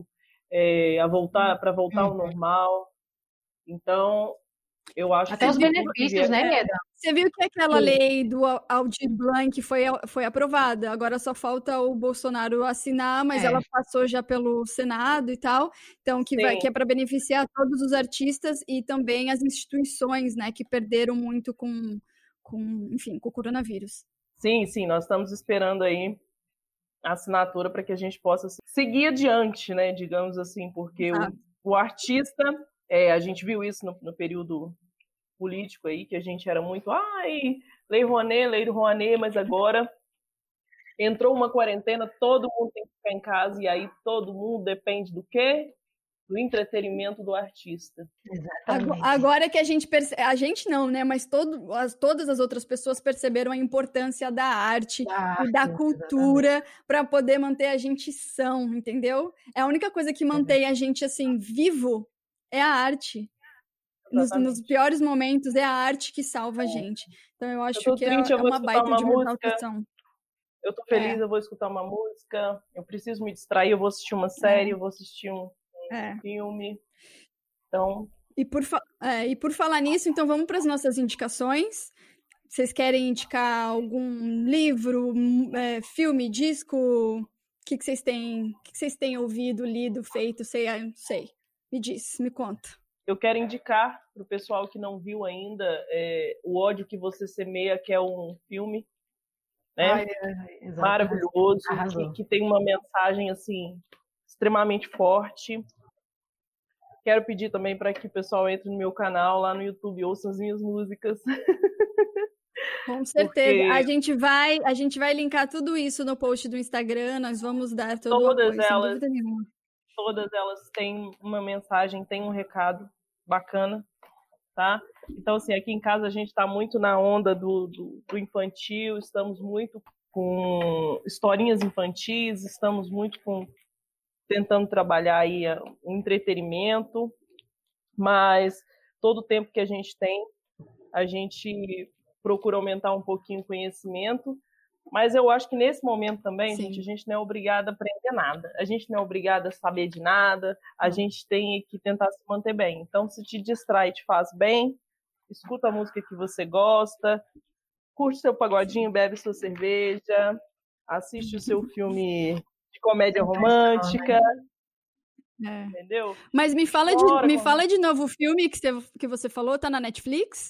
Speaker 4: para voltar ao normal. Então, eu acho
Speaker 3: até
Speaker 4: que
Speaker 3: os benefícios, né, Ieda?
Speaker 1: Você viu que aquela lei do Aldir Blanc foi aprovada, agora só falta o Bolsonaro assinar, mas ela passou já pelo Senado e tal, então que é para beneficiar todos os artistas e também as instituições, né, que perderam muito com o coronavírus.
Speaker 4: Sim, nós estamos esperando aí a assinatura para que a gente possa seguir adiante, né, digamos assim, porque o artista, a gente viu isso no período político aí, que a gente era muito, Lei Rouanet, mas agora entrou uma quarentena, todo mundo tem que ficar em casa, e aí todo mundo depende do quê? Do entretenimento do artista.
Speaker 3: Exatamente.
Speaker 1: Agora que a gente não, né, mas todas as outras pessoas perceberam a importância da arte e da cultura para poder manter a gente são, entendeu? É a única coisa que mantém a gente, assim, vivo é a arte. Nos piores momentos é a arte que salva a gente. Então eu acho que é uma baita de uma exaltação.
Speaker 4: Eu tô feliz, eu vou escutar uma música, eu preciso me distrair, eu vou assistir uma série, eu vou assistir um filme. Então...
Speaker 1: E por falar nisso, então vamos para as nossas indicações. Vocês querem indicar algum livro, filme, disco? O que vocês têm ouvido, lido, feito? Sei. Me diz, me conta.
Speaker 4: Eu quero indicar para o pessoal que não viu ainda O Ódio que Você Semeia, que é um filme, né? Maravilhoso, que tem uma mensagem assim extremamente forte. Quero pedir também para que o pessoal entre no meu canal lá no YouTube, ouça as minhas músicas.
Speaker 1: Com certeza. Porque... A gente vai linkar tudo isso no post do Instagram, nós vamos dar todo o apoio, sem dúvida nenhuma.
Speaker 4: Todas elas têm uma mensagem, têm um recado bacana, tá? Então, assim, aqui em casa a gente está muito na onda do infantil, estamos muito com historinhas infantis, estamos muito tentando trabalhar aí o entretenimento, mas todo o tempo que a gente tem, a gente procura aumentar um pouquinho o conhecimento. Mas eu acho que nesse momento também, gente, a gente não é obrigada a aprender nada. A gente não é obrigada a saber de nada. A gente tem que tentar se manter bem. Então, se te distrai e te faz bem, escuta a música que você gosta, curte seu pagodinho, bebe sua cerveja, assiste o seu filme de comédia romântica. Entendeu?
Speaker 1: Mas me fala de novo o filme que você falou, tá na Netflix?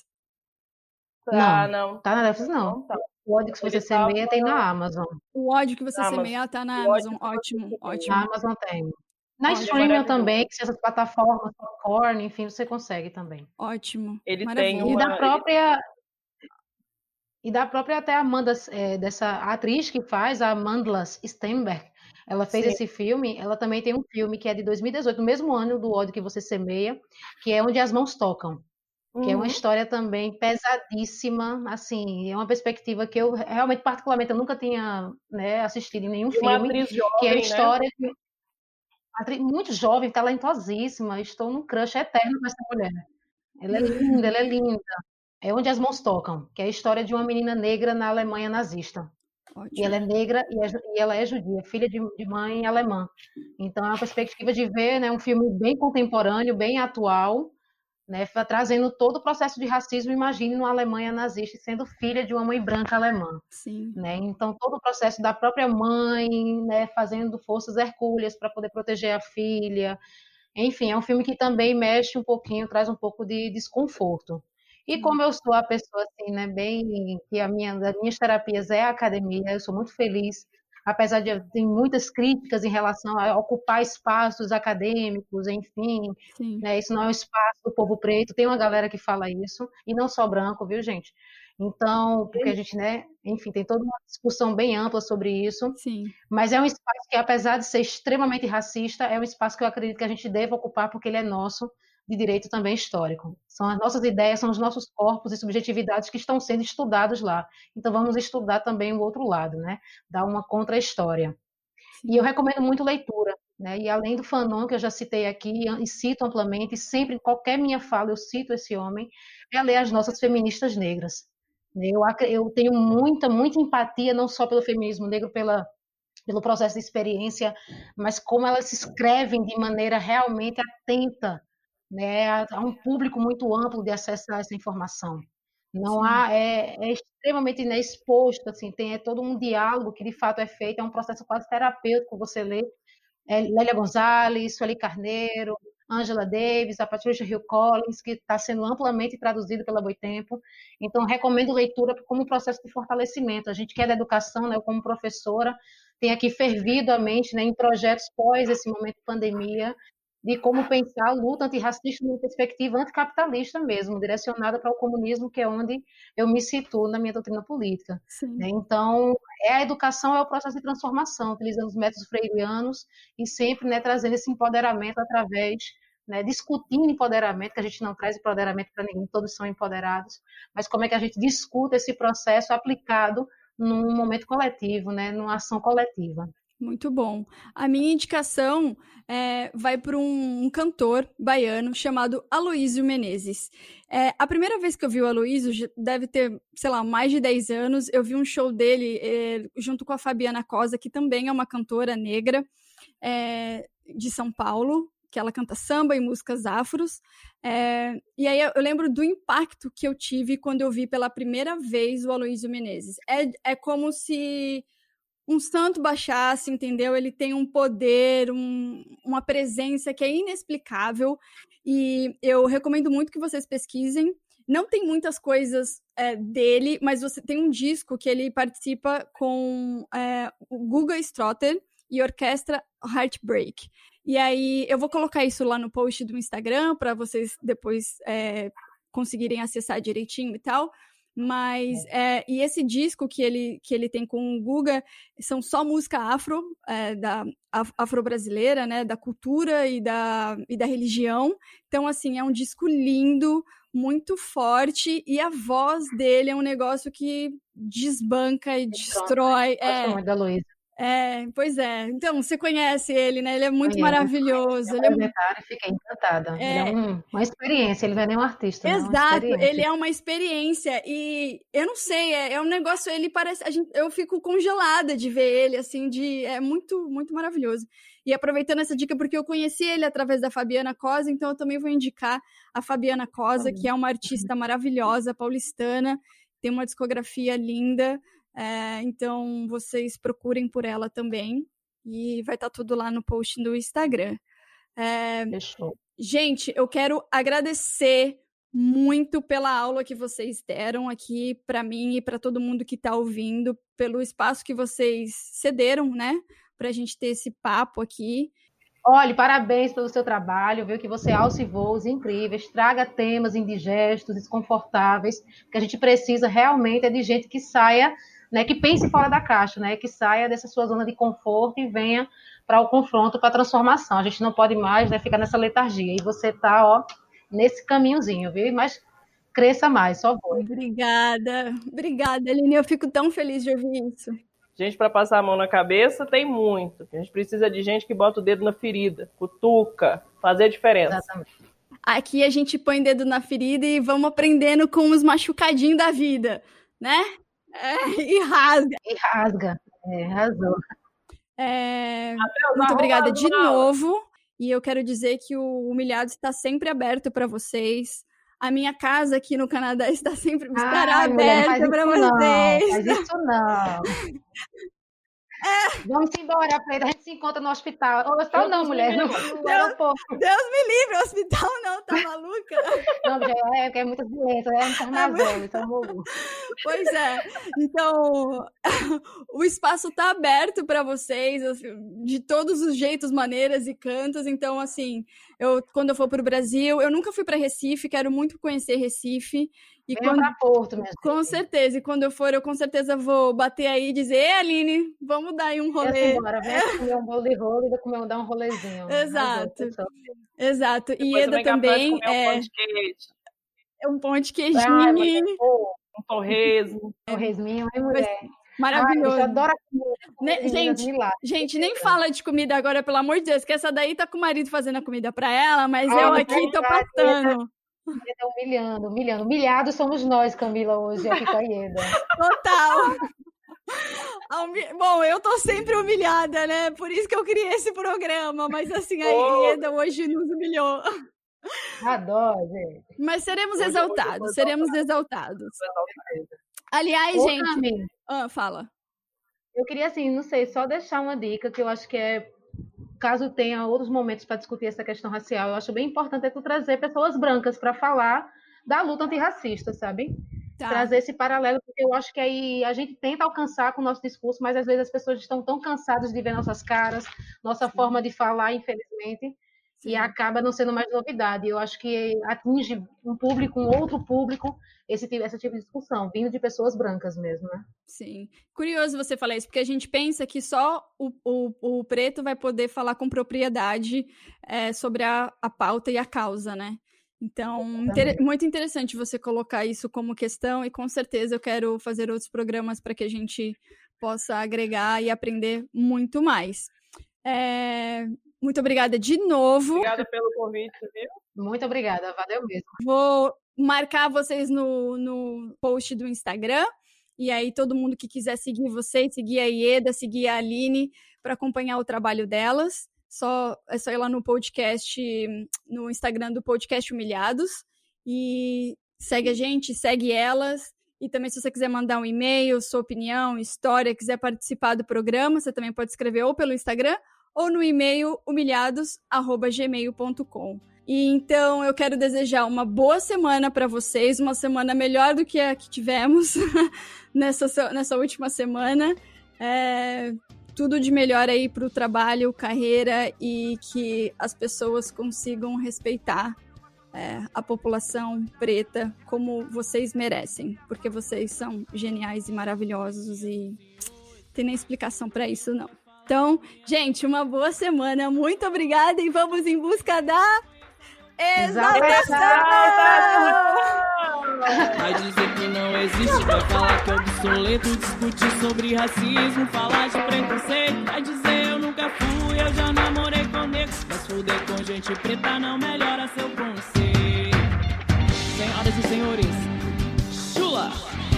Speaker 4: Não.
Speaker 3: Tá na Netflix, não. Tá. O Ódio que Você Semeia tem na Amazon.
Speaker 1: O Ódio que Você Semeia tá na Amazon. Ótimo.
Speaker 3: Na Amazon tem. Na Streaming também, que se essas plataformas, Popcorn, enfim, você consegue também.
Speaker 1: Ótimo.
Speaker 4: Ele
Speaker 1: Maravilha.
Speaker 4: tem
Speaker 3: E da própria até Amanda, dessa atriz que faz, a Amandla Stenberg, ela fez esse filme, ela também tem um filme que é de 2018, no mesmo ano do Ódio que Você Semeia, que é Onde as Mãos Tocam. Que é uma história também pesadíssima, assim, é uma perspectiva que eu realmente, particularmente, eu nunca tinha, né, assistido em nenhum filme,
Speaker 4: atriz jovem,
Speaker 3: que é a história
Speaker 4: né?
Speaker 3: muito jovem, talentosíssima, estou num crush eterno com essa mulher. Ela é linda. É Onde as Mãos Tocam, que é a história de uma menina negra na Alemanha nazista.
Speaker 1: Ótimo.
Speaker 3: E ela é negra e ela é judia, filha de mãe alemã. Então é uma perspectiva de ver, né, um filme bem contemporâneo, bem atual, né, trazendo todo o processo de racismo. Imagine numa Alemanha nazista sendo filha de uma mãe branca alemã.
Speaker 1: Sim.
Speaker 3: Né? Então todo o processo da própria mãe, né, fazendo forças hercúleas para poder proteger a filha. Enfim, é um filme que também mexe um pouquinho, traz um pouco de desconforto. E como eu sou a pessoa assim, né, bem que das minhas terapias é a academia, eu sou muito feliz, apesar de eu ter muitas críticas em relação a ocupar espaços acadêmicos, enfim,
Speaker 1: Sim.
Speaker 3: né, isso não é um espaço do povo preto, tem uma galera que fala isso, e não só branco, viu, gente? Então, porque a gente, né, enfim, tem toda uma discussão bem ampla sobre isso,
Speaker 1: Sim.
Speaker 3: mas é um espaço que, apesar de ser extremamente racista, é um espaço que eu acredito que a gente deve ocupar porque ele é nosso, de direito também histórico. São as nossas ideias, são os nossos corpos e subjetividades que estão sendo estudados lá. Então vamos estudar também o outro lado, né? Dar uma contra-história. E eu recomendo muito leitura, né? E além do Fanon, que eu já citei aqui, e cito amplamente, e sempre em qualquer minha fala eu cito esse homem, é ler as nossas feministas negras. Eu tenho muita empatia, não só pelo feminismo negro, pelo processo de experiência, mas como elas se escrevem de maneira realmente atenta, né, a um público muito amplo de acessar essa informação. Não há, é extremamente, né, exposto, assim, tem todo um diálogo que de fato é feito, é um processo quase terapêutico você lê. Lélia Gonzalez, Sueli Carneiro, Angela Davis, a Patricia Hill Collins, que está sendo amplamente traduzido pela Boitempo. Então, recomendo leitura como um processo de fortalecimento. A gente que é da educação, né, eu como professora, tenho aqui fervido a mente, né, em projetos pós esse momento de pandemia, de como pensar a luta antirracista numa perspectiva anticapitalista mesmo, direcionada para o comunismo, que é onde eu me situo na minha doutrina política. Né? Então, a educação é o processo de transformação, utilizando os métodos freirianos e sempre, né, trazendo esse empoderamento através, né, discutindo empoderamento, que a gente não traz empoderamento para ninguém, todos são empoderados, mas como é que a gente discute esse processo aplicado num momento coletivo, né, numa ação coletiva.
Speaker 1: Muito bom. A minha indicação vai para um cantor baiano chamado Aloysio Menezes. A primeira vez que eu vi o Aloysio deve ter, sei lá, mais de 10 anos. Eu vi um show dele junto com a Fabiana Cosa, que também é uma cantora negra de São Paulo, que ela canta samba e músicas afros. E aí eu lembro do impacto que eu tive quando eu vi pela primeira vez o Aloysio Menezes. É como se um santo baixasse, entendeu? Ele tem um poder, uma presença que é inexplicável, e eu recomendo muito que vocês pesquisem. Não tem muitas coisas dele, mas você tem um disco que ele participa com o Guga Strotter e a orquestra Heartbreak. E aí eu vou colocar isso lá no post do Instagram para vocês depois conseguirem acessar direitinho e tal. Mas, e esse disco que ele tem com o Guga são só música da afro-brasileira, né, da cultura e da religião. Então, assim, é um disco lindo, muito forte, e a voz dele é um negócio que desbanca e destrói.
Speaker 3: Gosto muito da Luísa.
Speaker 1: Pois é. Então, você conhece ele, né? Ele é muito maravilhoso.
Speaker 3: Fiquei encantada. Ele é uma experiência, ele não é nem um artista.
Speaker 1: Exato, ele é uma experiência. E eu não sei, é um negócio, ele parece. Eu fico congelada de ver ele, assim, é muito, muito maravilhoso. E aproveitando essa dica, porque eu conheci ele através da Fabiana Cosa, então eu também vou indicar a Fabiana Cosa, que é uma artista maravilhosa, paulistana, tem uma discografia linda. Então vocês procurem por ela também e vai estar tudo lá no post do Instagram.
Speaker 3: Fechou.
Speaker 1: Gente, eu quero agradecer muito pela aula que vocês deram aqui para mim e para todo mundo que está ouvindo, pelo espaço que vocês cederam, né, para a gente ter esse papo aqui.
Speaker 3: Olha, parabéns pelo seu trabalho, viu? Que você alce voos incríveis, traga temas indigestos, desconfortáveis, que a gente precisa realmente de gente que saia, né, que pense fora da caixa, né, que saia dessa sua zona de conforto e venha para o confronto, para a transformação. A gente não pode mais, né, ficar nessa letargia. E você está, nesse caminhozinho, viu? Mas cresça mais, só vou.
Speaker 1: Obrigada, Aline. Eu fico tão feliz de ouvir isso.
Speaker 4: Gente, para passar a mão na cabeça, tem muito. A gente precisa de gente que bota o dedo na ferida, cutuca, fazer a diferença.
Speaker 3: Exatamente.
Speaker 1: Aqui a gente põe dedo na ferida e vamos aprendendo com os machucadinhos da vida, né? E rasga.
Speaker 3: E rasga. Arrasou.
Speaker 1: Muito obrigada de novo. E eu quero dizer que o Humilhados está sempre aberto para vocês. A minha casa aqui no Canadá estará aberta para vocês.
Speaker 3: Mas isso não. Vamos embora, Freida. A gente se encontra no hospital. O hospital não, mulher. Não,
Speaker 1: Deus me livre, o hospital não, tá maluca?
Speaker 3: Não, porque é muita doença, é muito armazém, então...
Speaker 1: Pois é. Então, o espaço tá aberto para vocês, assim, de todos os jeitos, maneiras e cantos. Então, assim, quando eu for pro Brasil, eu nunca fui para Recife, quero muito conhecer Recife. E
Speaker 3: para Porto mesmo.
Speaker 1: Com certeza. E quando eu for, eu com certeza vou bater aí e dizer: Ei, Aline, vamos dar aí um rolê.
Speaker 3: Embora, vem comer um bolo de rolo e vou dar um rolezinho.
Speaker 1: Exato. E Ieda também um pão de queijinho.
Speaker 4: Um torresmo.
Speaker 3: Torresminho, mulher.
Speaker 1: Maravilhoso.
Speaker 3: Eu adoro comida.
Speaker 1: Gente, nem fala de comida agora, pelo amor de Deus, que essa daí tá com o marido fazendo a comida pra ela, mas eu aqui tô passando.
Speaker 3: Humilhando. Humilhados somos nós, Camila, hoje aqui com a Ieda.
Speaker 1: Total. Bom, eu tô sempre humilhada, né? Por isso que eu criei esse programa, mas assim, a Ieda hoje nos humilhou.
Speaker 3: Adoro, gente.
Speaker 1: Mas seremos exaltados. Aliás, gente... fala.
Speaker 3: Eu queria, assim, não sei, só deixar uma dica que eu acho que caso tenha outros momentos para discutir essa questão racial, eu acho bem importante tu trazer pessoas brancas para falar da luta antirracista, sabe? Tá. Trazer esse paralelo, porque eu acho que aí a gente tenta alcançar com o nosso discurso, mas às vezes as pessoas estão tão cansadas de ver nossas caras, nossa forma de falar, infelizmente, e acaba não sendo mais novidade. Eu acho que atinge um público, um outro público, esse tipo de discussão, vindo de pessoas brancas mesmo, né?
Speaker 1: Sim. Curioso você falar isso, porque a gente pensa que só o preto vai poder falar com propriedade sobre a pauta e a causa, né? Então, muito interessante você colocar isso como questão, e com certeza eu quero fazer outros programas para que a gente possa agregar e aprender muito mais. Muito obrigada de novo.
Speaker 4: Obrigada pelo convite, viu?
Speaker 3: Muito obrigada, valeu mesmo.
Speaker 1: Vou marcar vocês no post do Instagram, e aí todo mundo que quiser seguir vocês, seguir a Ieda, seguir a Aline, para acompanhar o trabalho delas, é só ir lá no podcast, no Instagram do Podcast Humilhados, e segue a gente, segue elas, e também se você quiser mandar um e-mail, sua opinião, história, quiser participar do programa, você também pode escrever ou pelo Instagram, ou no e-mail humilhados@gmail.com. E então eu quero desejar uma boa semana para vocês, uma semana melhor do que a que tivemos nessa última semana. Tudo de melhor aí para o trabalho, carreira, e que as pessoas consigam respeitar a população preta como vocês merecem, porque vocês são geniais e maravilhosos e tem nem explicação para isso, não. Então, gente, uma boa semana, muito obrigada e vamos em busca da exaltação!
Speaker 5: Vai dizer que não existe, vai falar que é obsoleto, discutir sobre racismo, falar de preconceito, vai dizer eu nunca fui, eu já namorei com negro, mas fuder com gente preta não melhora seu conceito. Senhoras e senhores, chula!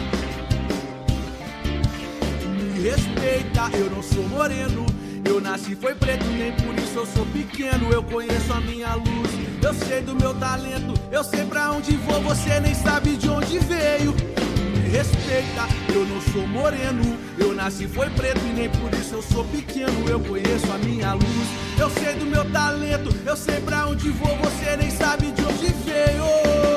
Speaker 6: Me respeita, eu não sou moreno, eu nasci foi preto, nem por isso eu sou pequeno. Eu conheço a minha luz, eu sei do meu talento, eu sei pra onde vou, você nem sabe de onde veio. Me respeita, eu não sou moreno, eu nasci foi preto e nem por isso eu sou pequeno. Eu conheço a minha luz, eu sei do meu talento, eu sei pra onde vou, você nem sabe de onde veio.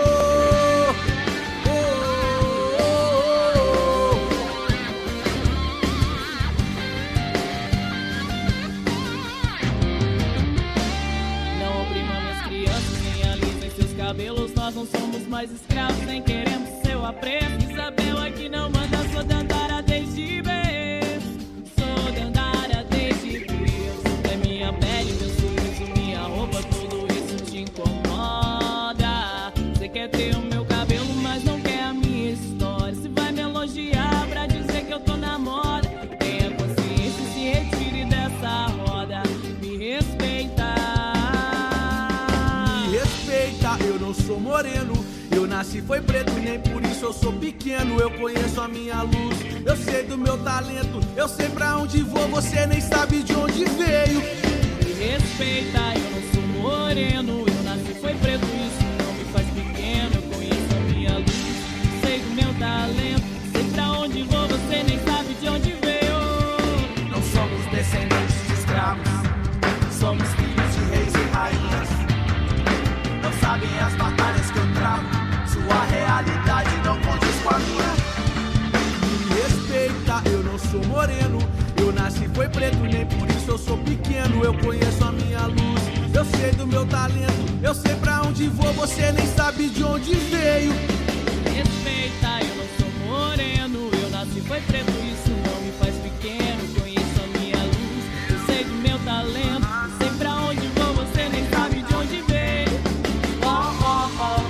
Speaker 5: Cabelos, nós não somos mais escravos, nem queremos seu apreço. Isabel aqui não manda, sou Dandara desde berço. Sou Dandara desde berço. É minha pele, meu sorriso, minha roupa, tudo isso te incomoda. Você quer ter o meu cabelo, mas não quer a minha história. Se vai me elogiar pra dizer que eu tô na moda, tenha consciência e se retire dessa roda. Me respeita.
Speaker 6: Me respeita. respeita, eu não sou moreno. Eu nasci foi preto, nem por isso eu sou pequeno. Eu conheço a minha luz, eu sei do meu talento. Eu sei pra onde vou, você nem sabe de onde veio.
Speaker 5: Me respeita, eu não sou moreno. Eu nasci foi preto, isso não me faz pequeno. Eu conheço a minha luz, sei do meu talento. Sei pra onde vou, você nem sabe de onde veio.
Speaker 6: Não somos descendentes de escravos, somos filhos de reis e rainhas. Não sabem as batalhas que eu trago, sua realidade não condiz com a minha. Me respeita, eu não sou moreno. Eu nasci foi preto, nem por isso eu sou pequeno. Eu conheço a minha luz, eu sei do meu talento. Eu sei pra onde vou, você nem sabe de onde veio.
Speaker 5: Me respeita, eu não sou moreno. Eu nasci foi preto, isso não me faz pequeno. Conheço a minha luz, eu sei do meu talento. Sei pra onde vou, você nem sabe de onde veio. Oh, oh, oh,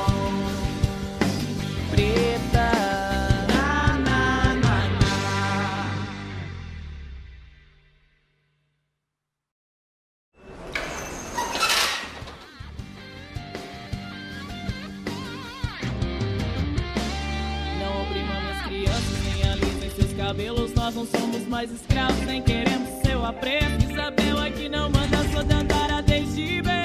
Speaker 5: oh. Preta. Na, na, na, na. Não oprimam minhas crianças, nem alisem seus cabelos. Nós não somos mais escravos, nem queremos seu apreço. Isabel aqui não manda sua dandara desde bem.